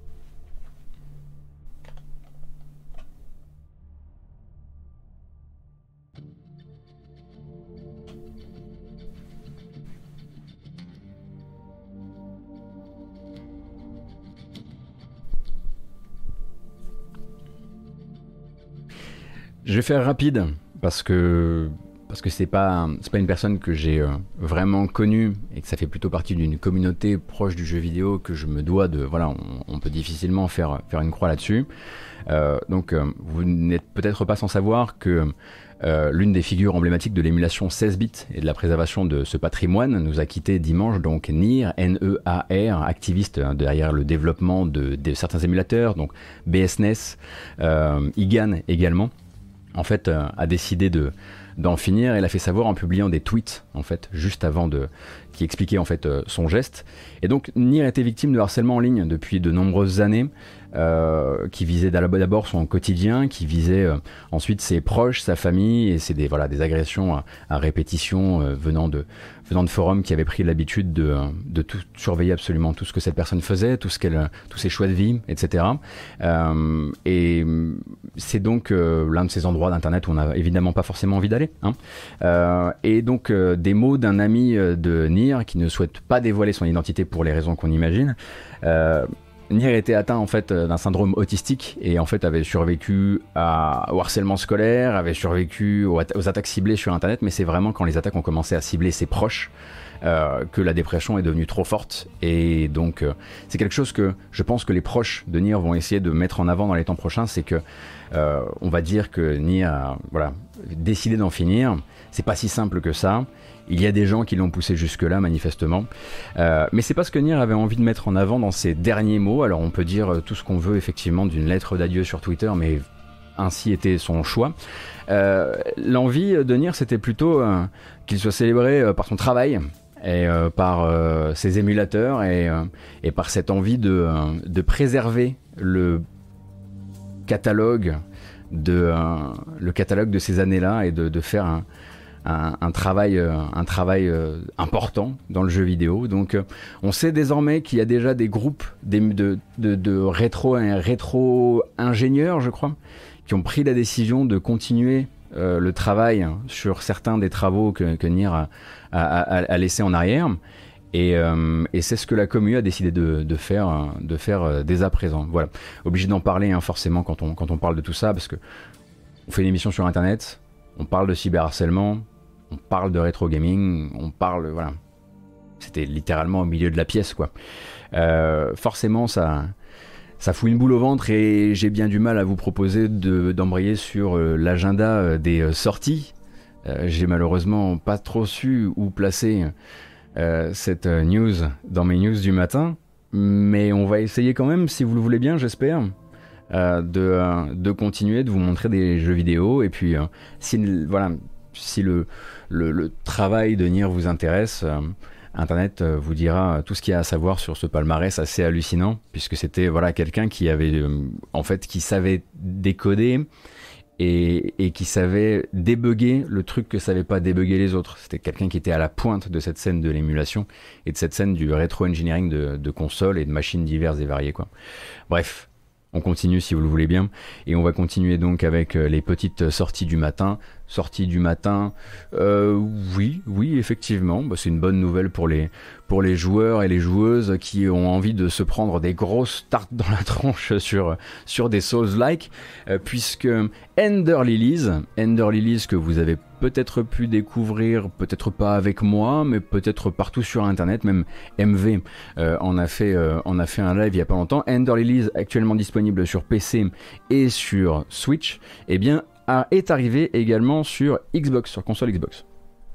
[SPEAKER 1] Je vais faire rapide parce que c'est pas une personne que j'ai vraiment connue et que ça fait plutôt partie d'une communauté proche du jeu vidéo que je me dois de... Voilà, on peut difficilement faire une croix là-dessus. Donc vous n'êtes peut-être pas sans savoir que l'une des figures emblématiques de l'émulation 16 bits et de la préservation de ce patrimoine nous a quitté dimanche, donc NEAR, N-E-A-R, activiste derrière le développement de certains émulateurs, donc BSNES, IGAN également. En fait, a décidé d'en finir et l'a fait savoir en publiant des tweets, en fait, juste avant qui expliquait en fait son geste. Et donc Nier était victime de harcèlement en ligne depuis de nombreuses années, qui visait d'abord son quotidien, qui visait ensuite ses proches, sa famille, et c'est des agressions à répétition venant de forums qui avaient pris l'habitude de tout surveiller absolument tout ce que cette personne faisait, tous ses choix de vie, etc. Et c'est donc l'un de ces endroits d'internet où on n'a évidemment pas forcément envie d'aller, hein. Et donc des mots d'un ami de Nier qui ne souhaite pas dévoiler son identité pour les raisons qu'on imagine. Nier était atteint en fait d'un syndrome autistique et en fait avait survécu au harcèlement scolaire, avait survécu aux attaques ciblées sur internet, mais c'est vraiment quand les attaques ont commencé à cibler ses proches que la dépression est devenue trop forte. Et donc c'est quelque chose que je pense que les proches de Nier vont essayer de mettre en avant dans les temps prochains, c'est que on va dire que Nier a décidé d'en finir. C'est pas si simple que ça. Il y a des gens qui l'ont poussé jusque-là, manifestement. Mais c'est pas ce que Nier avait envie de mettre en avant dans ses derniers mots. Alors on peut dire tout ce qu'on veut, effectivement, d'une lettre d'adieu sur Twitter, mais ainsi était son choix. L'envie de Nier, c'était plutôt qu'il soit célébré par son travail et par ses émulateurs et par cette envie de préserver le catalogue de ces années-là et de faire un travail important dans le jeu vidéo. Donc on sait désormais qu'il y a déjà des groupes de rétro-ingénieurs, je crois, qui ont pris la décision de continuer le travail sur certains des travaux que Nier a laissé en arrière. Et c'est ce que la commu a décidé de faire dès à présent. Voilà, obligé d'en parler, hein, forcément quand on parle de tout ça, parce que on fait une émission sur internet, on parle de cyberharcèlement, on parle de rétro gaming, on parle, voilà, c'était littéralement au milieu de la pièce, quoi. Forcément ça fout une boule au ventre et j'ai bien du mal à vous proposer d'embrayer sur l'agenda des sorties. J'ai malheureusement pas trop su où placer cette news dans mes news du matin, mais on va essayer quand même, si vous le voulez bien, j'espère, de continuer de vous montrer des jeux vidéo. Et puis si le travail de Nier vous intéresse, Internet vous dira tout ce qu'il y a à savoir sur ce palmarès assez hallucinant, puisque c'était quelqu'un qui avait qui savait décoder et qui savait débugger le truc que savaient pas débugger les autres. C'était quelqu'un qui était à la pointe de cette scène de l'émulation et de cette scène du rétro-engineering de consoles et de machines diverses et variées, quoi. Bref, on continue si vous le voulez bien, et on va continuer donc avec les petites sorties du matin. Sortie du matin, oui, effectivement, c'est une bonne nouvelle pour les joueurs et les joueuses qui ont envie de se prendre des grosses tartes dans la tronche sur des Souls-like, puisque Ender Lilies que vous avez peut-être pu découvrir, peut-être pas avec moi, mais peut-être partout sur internet, même MV en a fait un live il y a pas longtemps. Ender Lilies, actuellement disponible sur PC et sur Switch, eh bien est arrivé également sur Xbox, sur console Xbox.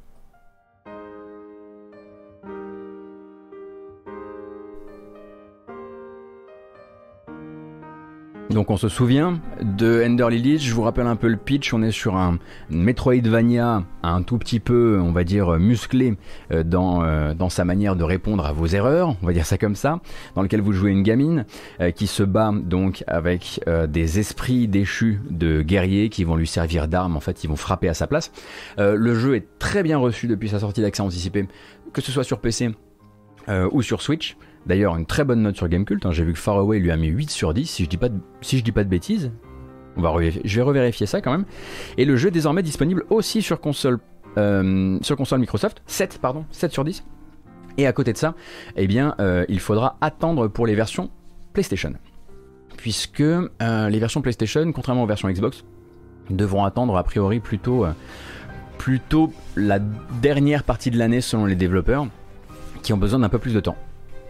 [SPEAKER 1] Donc on se souvient de Ender Lilies, je vous rappelle un peu le pitch, on est sur un Metroidvania un tout petit peu, on va dire, musclé dans sa manière de répondre à vos erreurs, on va dire ça comme ça, dans lequel vous jouez une gamine qui se bat donc avec des esprits déchus de guerriers qui vont lui servir d'armes, en fait ils vont frapper à sa place. Le jeu est très bien reçu depuis sa sortie d'accès anticipé, que ce soit sur PC ou sur Switch. D'ailleurs, une très bonne note sur Gamecult, hein. J'ai vu que Faraway lui a mis 8 sur 10, si je dis pas de bêtises. Je vais revérifier ça quand même. Et le jeu est désormais disponible aussi sur console Microsoft, 7 sur 10. Et à côté de ça, eh bien, il faudra attendre pour les versions PlayStation. Puisque les versions PlayStation, contrairement aux versions Xbox, devront attendre a priori plutôt la dernière partie de l'année selon les développeurs, qui ont besoin d'un peu plus de temps.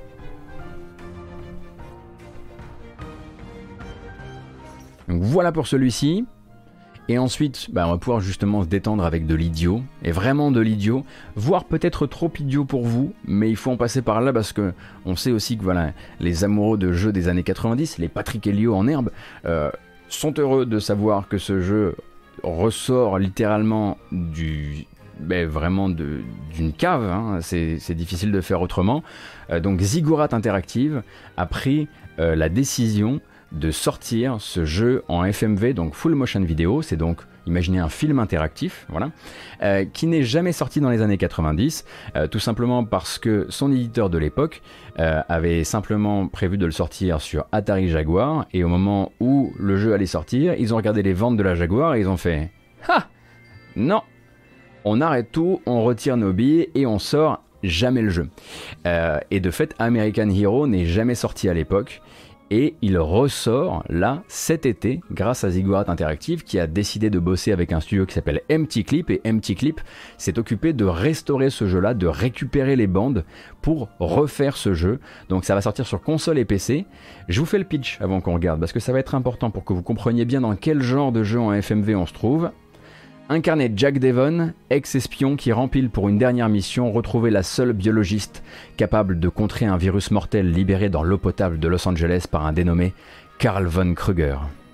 [SPEAKER 1] Donc voilà pour celui-ci. Et ensuite, on va pouvoir justement se détendre avec de l'idiot, et vraiment de l'idiot, voire peut-être trop idiot pour vous, mais il faut en passer par là parce que on sait aussi que les amoureux de jeux des années 90, les Patrick Helio en herbe, sont heureux de savoir que ce jeu ressort littéralement vraiment d'une cave, hein. C'est difficile de faire autrement. Donc Ziggurat Interactive a pris la décision de sortir ce jeu en FMV, donc full motion video. C'est donc, imaginez un film interactif, voilà, qui n'est jamais sorti dans les années 90, tout simplement parce que son éditeur de l'époque avait simplement prévu de le sortir sur Atari Jaguar, et au moment où le jeu allait sortir, ils ont regardé les ventes de la Jaguar et ils ont fait « Ah, non, on arrête tout, on retire nos billes et on sort jamais le jeu. » Et de fait, American Hero n'est jamais sorti à l'époque. Et il ressort là cet été grâce à Ziggurat Interactive qui a décidé de bosser avec un studio qui s'appelle Empty Clip, et Empty Clip s'est occupé de restaurer ce jeu là, de récupérer les bandes pour refaire ce jeu. Donc ça va sortir sur console et PC. Je vous fais le pitch avant qu'on regarde parce que ça va être important pour que vous compreniez bien dans quel genre de jeu en FMV on se trouve. Incarner Jack Devon, ex-espion qui rempile pour une dernière mission retrouver la seule biologiste capable de contrer un virus mortel libéré dans l'eau potable de Los Angeles par un dénommé Karl von Kruger.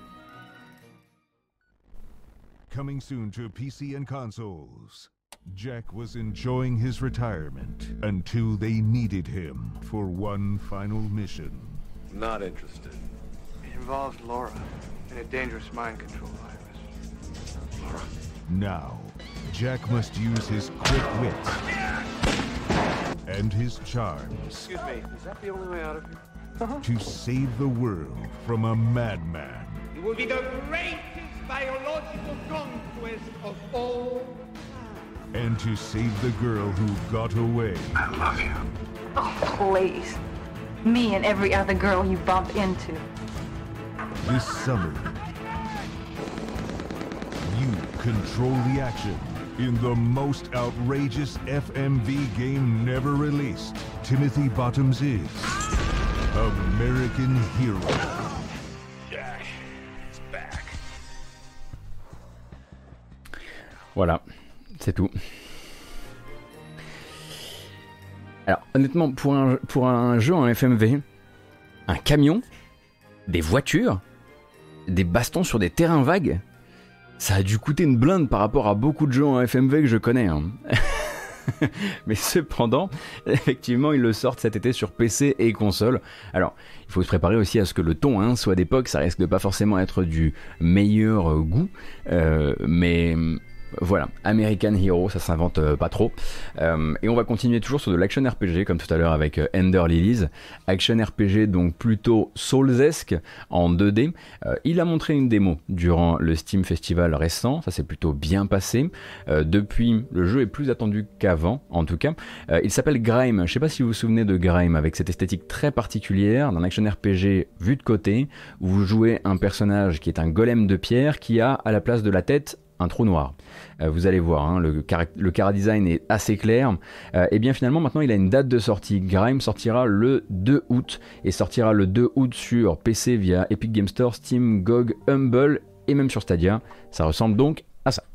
[SPEAKER 5] Coming soon to PC and consoles. Jack was enjoying his retirement until they needed him for one final mission.
[SPEAKER 6] Not interested.
[SPEAKER 7] It involves Laura and a dangerous mind control virus.
[SPEAKER 6] Laura.
[SPEAKER 5] Now, Jack must use his quick wits and his charms.
[SPEAKER 7] Excuse me, is that the only way out of here?
[SPEAKER 5] To save the world from a madman.
[SPEAKER 8] It will be the greatest biological conquest of all.
[SPEAKER 5] And to save the girl who got away.
[SPEAKER 6] I love you.
[SPEAKER 9] Oh, please. Me and every other girl you bump into.
[SPEAKER 5] This summer, you control the action in the most outrageous FMV game never released. Timothy Bottoms is American Hero.
[SPEAKER 6] Jack is back.
[SPEAKER 1] Voilà, c'est tout. Alors honnêtement, pour un jeu en FMV, un camion, des voitures, des bastons sur des terrains vagues, ça a dû coûter une blinde par rapport à beaucoup de jeux en FMV que je connais. Hein. Mais cependant, effectivement, ils le sortent cet été sur PC et console. Alors, il faut se préparer aussi à ce que le ton soit d'époque, ça risque de pas forcément être du meilleur goût, mais voilà, American Hero, ça s'invente pas trop. Et on va continuer toujours sur de l'action RPG, comme tout à l'heure avec Ender Lilies. Action RPG donc plutôt Souls-esque en 2D. Il a montré une démo durant le Steam Festival récent, ça s'est plutôt bien passé. Depuis, le jeu est plus attendu qu'avant, en tout cas. Il s'appelle Grime, je sais pas si vous vous souvenez de Grime, avec cette esthétique très particulière d'un action RPG vu de côté, où vous jouez un personnage qui est un golem de pierre qui a à la place de la tête un trou noir. Vous allez voir, hein, le chara design est assez clair. Et bien finalement, maintenant, il a une date de sortie. Grime sortira le 2 août et sortira le 2 août sur PC via Epic Game Store, Steam, GOG, Humble et même sur Stadia. Ça ressemble donc à ça.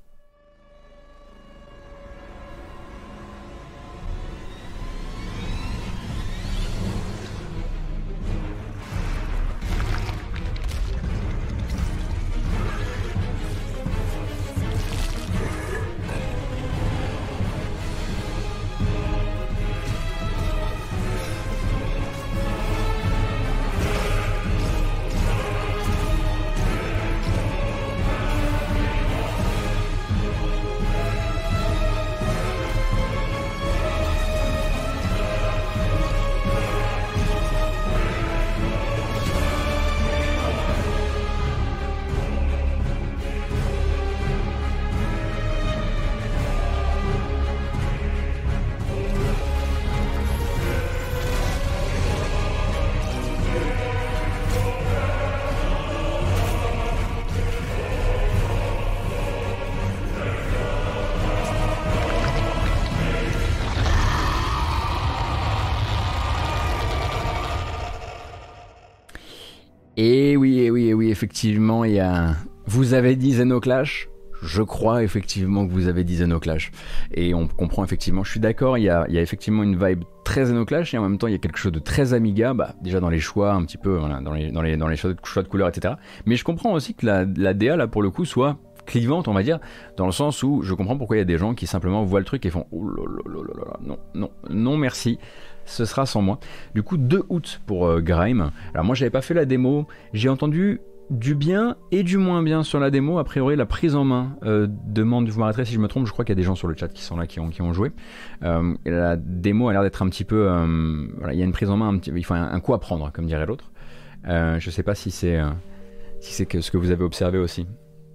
[SPEAKER 1] Et oui, effectivement, il y a... Vous avez dit Xenoclash ? Je crois effectivement que vous avez dit Xenoclash. Et on comprend effectivement, je suis d'accord, il y a effectivement une vibe très Xenoclash et en même temps il y a quelque chose de très Amiga, déjà dans les choix un petit peu, voilà, dans les choix de couleurs, etc. Mais je comprends aussi que la DA là pour le coup soit clivante, on va dire, dans le sens où je comprends pourquoi il y a des gens qui simplement voient le truc et font oh là là là là là, non, non, non merci, ce sera sans moi. Du coup, 2 août pour Grime. Alors moi, j'avais pas fait la démo, j'ai entendu du bien et du moins bien sur la démo. A priori, la prise en main demande, vous m'arrêterez si je me trompe, je crois qu'il y a des gens sur le chat qui sont là, qui ont joué. Et la démo a l'air d'être un petit peu, voilà, il y a une prise en main, il faut un coup à prendre, comme dirait l'autre. Je sais pas si c'est ce que vous avez observé aussi.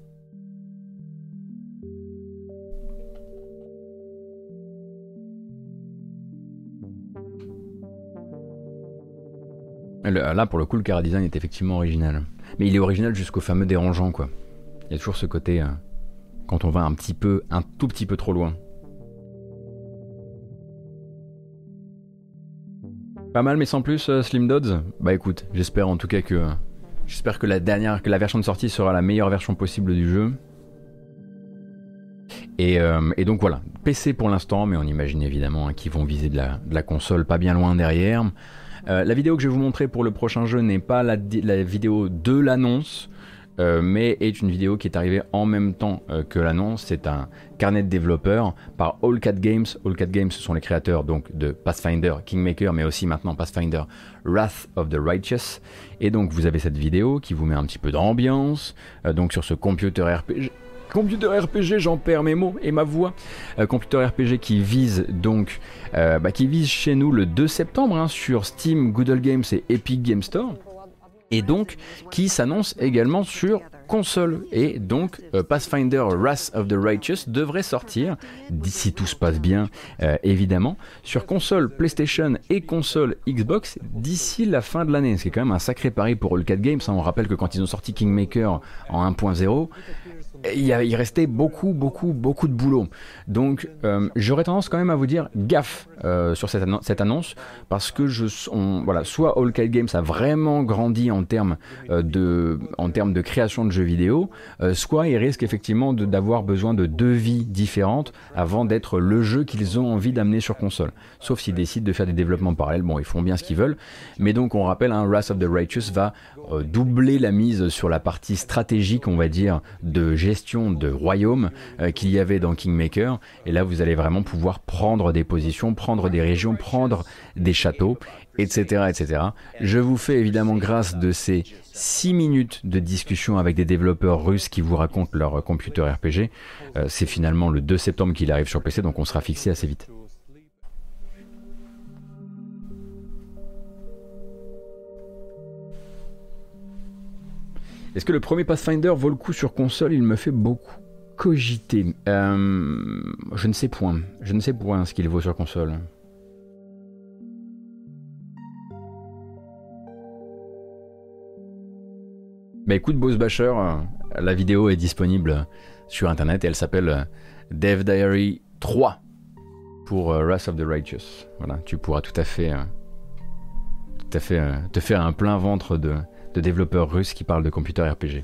[SPEAKER 1] Là, pour le coup, le chara design est effectivement original. Mais il est original jusqu'au fameux dérangeant, quoi. Il y a toujours ce côté, quand on va un tout petit peu trop loin. Pas mal, mais sans plus, Slim Dodds. Bah écoute, j'espère en tout cas que la version de sortie sera la meilleure version possible du jeu. Et donc voilà, PC pour l'instant, mais on imagine évidemment qu'ils vont viser de la console pas bien loin derrière. La vidéo que je vais vous montrer pour le prochain jeu n'est pas la vidéo de l'annonce, mais est une vidéo qui est arrivée en même temps que l'annonce. C'est un carnet de développeurs par All Cat Games. All Cat Games, ce sont les créateurs donc de Pathfinder, Kingmaker, mais aussi maintenant Pathfinder Wrath of the Righteous. Et donc vous avez cette vidéo qui vous met un petit peu d'ambiance, donc sur ce computer RPG. Computer RPG, j'en perds mes mots et ma voix. Computer RPG qui vise donc, qui vise chez nous le 2 septembre sur Steam, Good Old Games et Epic Game Store. Et donc qui s'annonce également sur console. Et donc Pathfinder Wrath of the Righteous devrait sortir, si tout se passe bien évidemment, sur console PlayStation et console Xbox d'ici la fin de l'année. C'est quand même un sacré pari pour All Cat Games. On rappelle que quand ils ont sorti Kingmaker en 1.0, il restait beaucoup de boulot. Donc j'aurais tendance quand même à vous dire gaffe sur cette annonce, parce que soit All Cat Games a vraiment grandi en termes de création de jeux vidéo, soit ils risquent effectivement d'avoir besoin de 2 vies différentes avant d'être le jeu qu'ils ont envie d'amener sur console. Sauf s'ils décident de faire des développements parallèles, bon, ils font bien ce qu'ils veulent, mais donc on rappelle, Wrath of the Righteous va doubler la mise sur la partie stratégique, on va dire, de gestion de royaume qu'il y avait dans Kingmaker. Et là, vous allez vraiment pouvoir prendre des positions, prendre des régions, prendre des châteaux, etc., etc. Je vous fais évidemment grâce de ces 6 minutes de discussion avec des développeurs russes qui vous racontent leur computer RPG. C'est finalement le 2 septembre qu'il arrive sur PC, donc on sera fixé assez vite. Est-ce que le premier Pathfinder vaut le coup sur console? Il me fait beaucoup cogiter. Je ne sais point. Je ne sais point ce qu'il vaut sur console. Bah écoute, Boss Basher, la vidéo est disponible sur internet et elle s'appelle Dev Diary 3 pour Wrath of the Righteous. Voilà, tu pourras tout à fait te faire un plein ventre de développeurs russes qui parlent de computer RPG.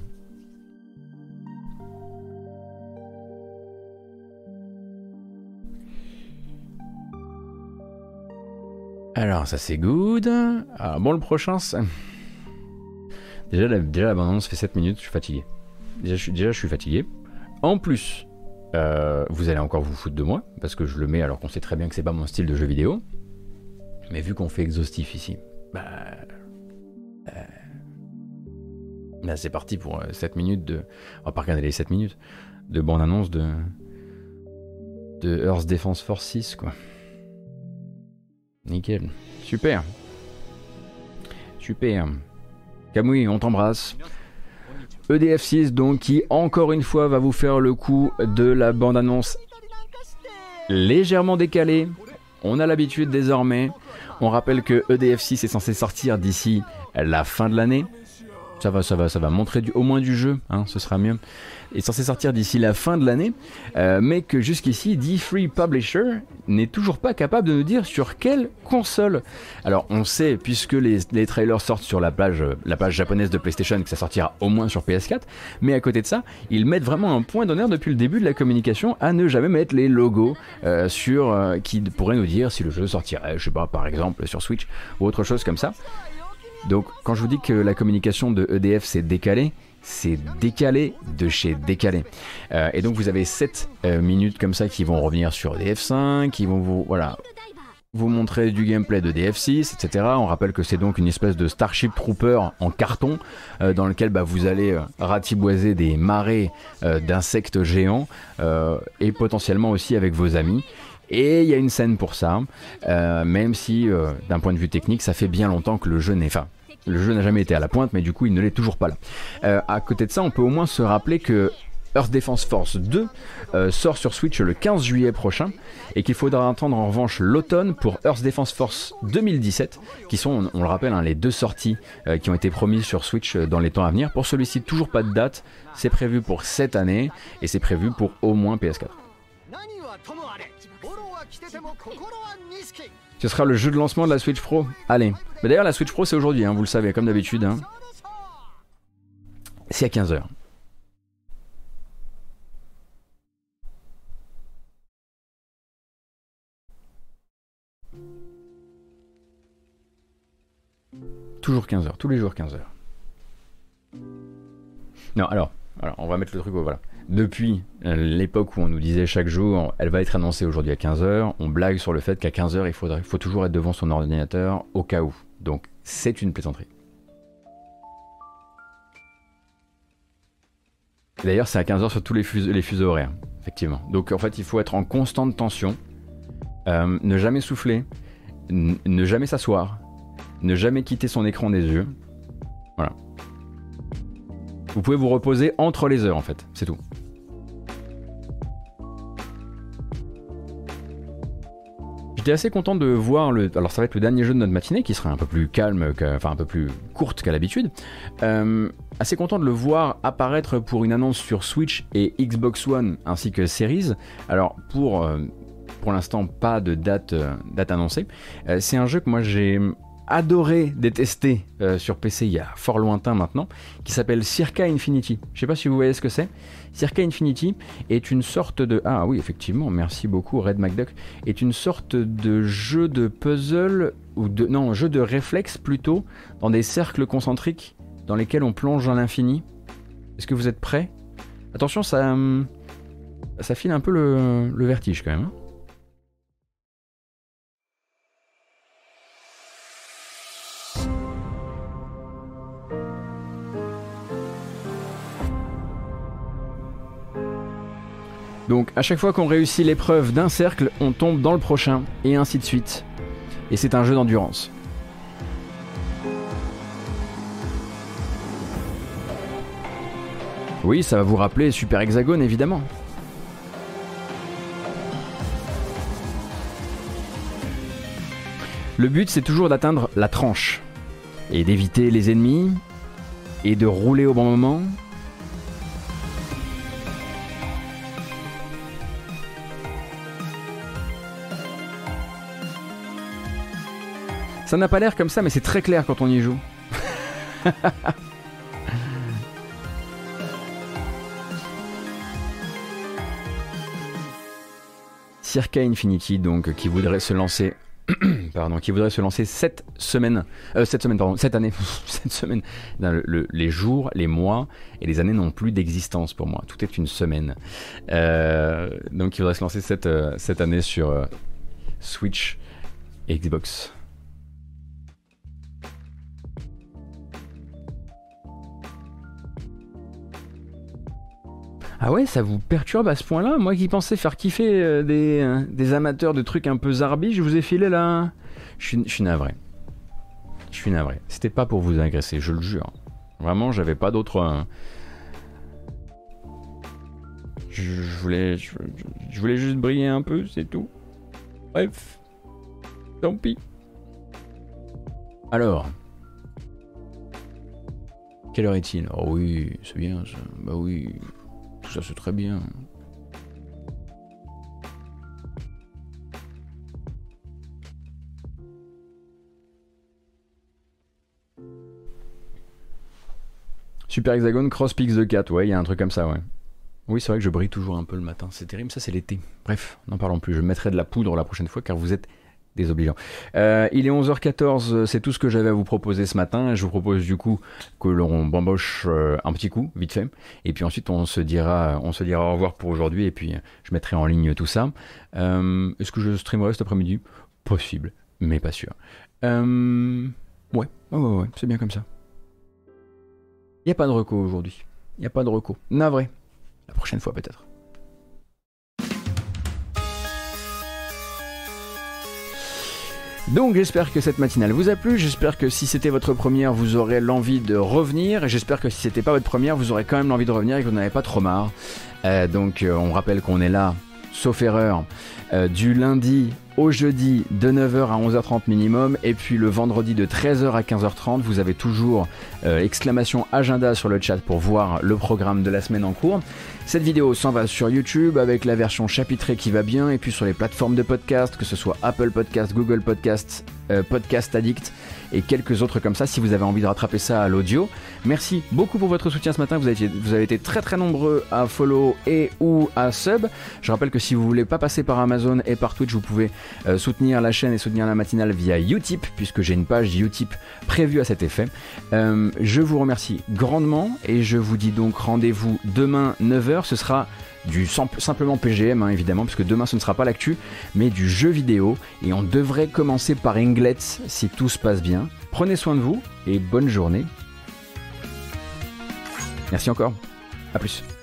[SPEAKER 1] Alors ça c'est good. Alors, bon, le prochain c'est... Déjà la bande-annonce fait 7 minutes, je suis fatigué. Déjà je suis fatigué. En plus, vous allez encore vous foutre de moi, parce que je le mets alors qu'on sait très bien que c'est pas mon style de jeu vidéo. Mais vu qu'on fait exhaustif ici, là c'est parti pour 7 minutes de... On va pas regarder les 7 minutes de bande-annonce de Earth Defense Force 6, quoi. Nickel. Super. Kamui, on t'embrasse. EDF6 donc, qui encore une fois va vous faire le coup de la bande-annonce légèrement décalée. On a l'habitude désormais. On rappelle que EDF6 est censé sortir d'ici la fin de l'année. Ça va montrer au moins du jeu, ce sera mieux. Est censé sortir d'ici la fin de l'année, mais que jusqu'ici, D3 Publisher n'est toujours pas capable de nous dire sur quelle console. Alors on sait, puisque les trailers sortent sur la page japonaise de PlayStation, que ça sortira au moins sur PS4, mais à côté de ça, ils mettent vraiment un point d'honneur depuis le début de la communication à ne jamais mettre les logos qui pourraient nous dire si le jeu sortirait, je sais pas, par exemple sur Switch ou autre chose comme ça. Donc quand je vous dis que la communication de EDF c'est décalé de chez décalé. Et donc vous avez 7 minutes comme ça qui vont revenir sur EDF5, qui vont vous montrer du gameplay de DF6, etc. On rappelle que c'est donc une espèce de Starship Trooper en carton dans lequel vous allez ratiboiser des marées d'insectes géants et potentiellement aussi avec vos amis. Et il y a une scène pour ça, même si d'un point de vue technique, ça fait bien longtemps que le jeu n'est... Enfin, le jeu n'a jamais été à la pointe, mais du coup, il ne l'est toujours pas là. À côté de ça, on peut au moins se rappeler que Earth Defense Force 2 sort sur Switch le 15 juillet prochain et qu'il faudra attendre en revanche l'automne pour Earth Defense Force 2017 qui sont, on le rappelle, les 2 sorties qui ont été promises sur Switch dans les temps à venir. Pour celui-ci, toujours pas de date, c'est prévu pour cette année et c'est prévu pour au moins PS4. Ce sera le jeu de lancement de la Switch Pro. Allez, mais d'ailleurs la Switch Pro c'est aujourd'hui, vous le savez, comme d'habitude. C'est à 15h. Toujours 15h, tous les jours 15h. Non, alors, on va mettre le truc, voilà. Depuis l'époque où on nous disait chaque jour, elle va être annoncée aujourd'hui à 15h, on blague sur le fait qu'à 15h, il faut toujours être devant son ordinateur au cas où. Donc, c'est une plaisanterie. D'ailleurs, c'est à 15h sur tous les fuseaux horaires, effectivement. Donc, en fait, il faut être en constante tension, ne jamais souffler, ne jamais s'asseoir, ne jamais quitter son écran des yeux. Voilà. Vous pouvez vous reposer entre les heures en fait, c'est tout. J'étais assez content de voir alors ça va être le dernier jeu de notre matinée qui sera un peu plus calme, enfin un peu plus courte qu'à l'habitude. Assez content de le voir apparaître pour une annonce sur Switch et Xbox One ainsi que Series. Alors pour l'instant pas de date annoncée. C'est un jeu que moi j'ai adoré détester sur PC il y a fort lointain maintenant, qui s'appelle Circa Infinity. Je sais pas si vous voyez ce que c'est. Circa Infinity est une sorte de... Ah oui, effectivement, merci beaucoup Red McDuck. Est une sorte de jeu de puzzle, ou de... Non, jeu de réflexe plutôt, dans des cercles concentriques dans lesquels on plonge dans l'infini. Est-ce que vous êtes prêts? Attention, ça file un peu le vertige quand même. Hein. Donc à chaque fois qu'on réussit l'épreuve d'un cercle, on tombe dans le prochain, et ainsi de suite. Et c'est un jeu d'endurance. Oui, ça va vous rappeler Super Hexagone, évidemment. Le but, c'est toujours d'atteindre la tranche, et d'éviter les ennemis, et de rouler au bon moment. Ça n'a pas l'air comme ça, mais c'est très clair quand on y joue. Circa Infinity, donc, qui voudrait se lancer... Pardon, qui voudrait se lancer cette année. Cette semaine. Non, les jours, les mois et les années n'ont plus d'existence pour moi. Tout est une semaine. Donc, qui voudrait se lancer cette année sur Switch et Xbox. Ah ouais, ça vous perturbe à ce point-là? Moi qui pensais faire kiffer des amateurs de trucs un peu zarbi, je vous ai filé là. Je suis navré. Je suis navré. C'était pas pour vous agresser, je le jure. Vraiment, j'avais pas d'autre... Je voulais juste briller un peu, c'est tout. Bref. Tant pis. Alors. Quelle heure est-il? Oh oui, c'est bien ça. Bah oui. Ça c'est très bien. Super Hexagone, Cross Pix de 4, ouais, il y a un truc comme ça, ouais. Oui, c'est vrai que je brille toujours un peu le matin, c'est terrible, ça c'est l'été. Bref, n'en parlons plus, je mettrai de la poudre la prochaine fois car vous êtes Désobligeant. Il est 11h14, c'est tout ce que j'avais à vous proposer ce matin. Je vous propose du coup que l'on bamboche un petit coup, vite fait. Et puis ensuite, on se dira au revoir pour aujourd'hui. Et puis, je mettrai en ligne tout ça. Est-ce que je streamerai cet après-midi ? Possible, mais pas sûr. Ouais, c'est bien comme ça. Il n'y a pas de reco aujourd'hui. Il n'y a pas de reco. Navré. La prochaine fois peut-être. Donc j'espère que cette matinale vous a plu, j'espère que si c'était votre première vous aurez l'envie de revenir, et j'espère que si c'était pas votre première vous aurez quand même l'envie de revenir et que vous n'avez pas trop marre. Donc on rappelle qu'on est là, sauf erreur, du lundi au jeudi de 9h à 11h30 minimum, et puis le vendredi de 13h à 15h30, vous avez toujours exclamation agenda sur le chat pour voir le programme de la semaine en cours. Cette vidéo s'en va sur YouTube avec la version chapitrée qui va bien, et puis sur les plateformes de podcast, que ce soit Apple Podcast, Google Podcast, Podcast Addict et quelques autres comme ça, si vous avez envie de rattraper ça à l'audio. Merci beaucoup pour votre soutien ce matin, vous avez été très très nombreux à follow et ou à sub. Je rappelle que si vous voulez pas passer par Amazon et par Twitch, vous pouvez soutenir la chaîne et soutenir la matinale via Utip, puisque j'ai une page Utip prévue à cet effet. Je vous remercie grandement et je vous dis donc rendez-vous demain 9h, ce sera du simplement PGM hein, évidemment, puisque demain ce ne sera pas l'actu mais du jeu vidéo, et on devrait commencer par Inglets si tout se passe bien. Prenez soin de vous et bonne journée. Merci encore, à plus.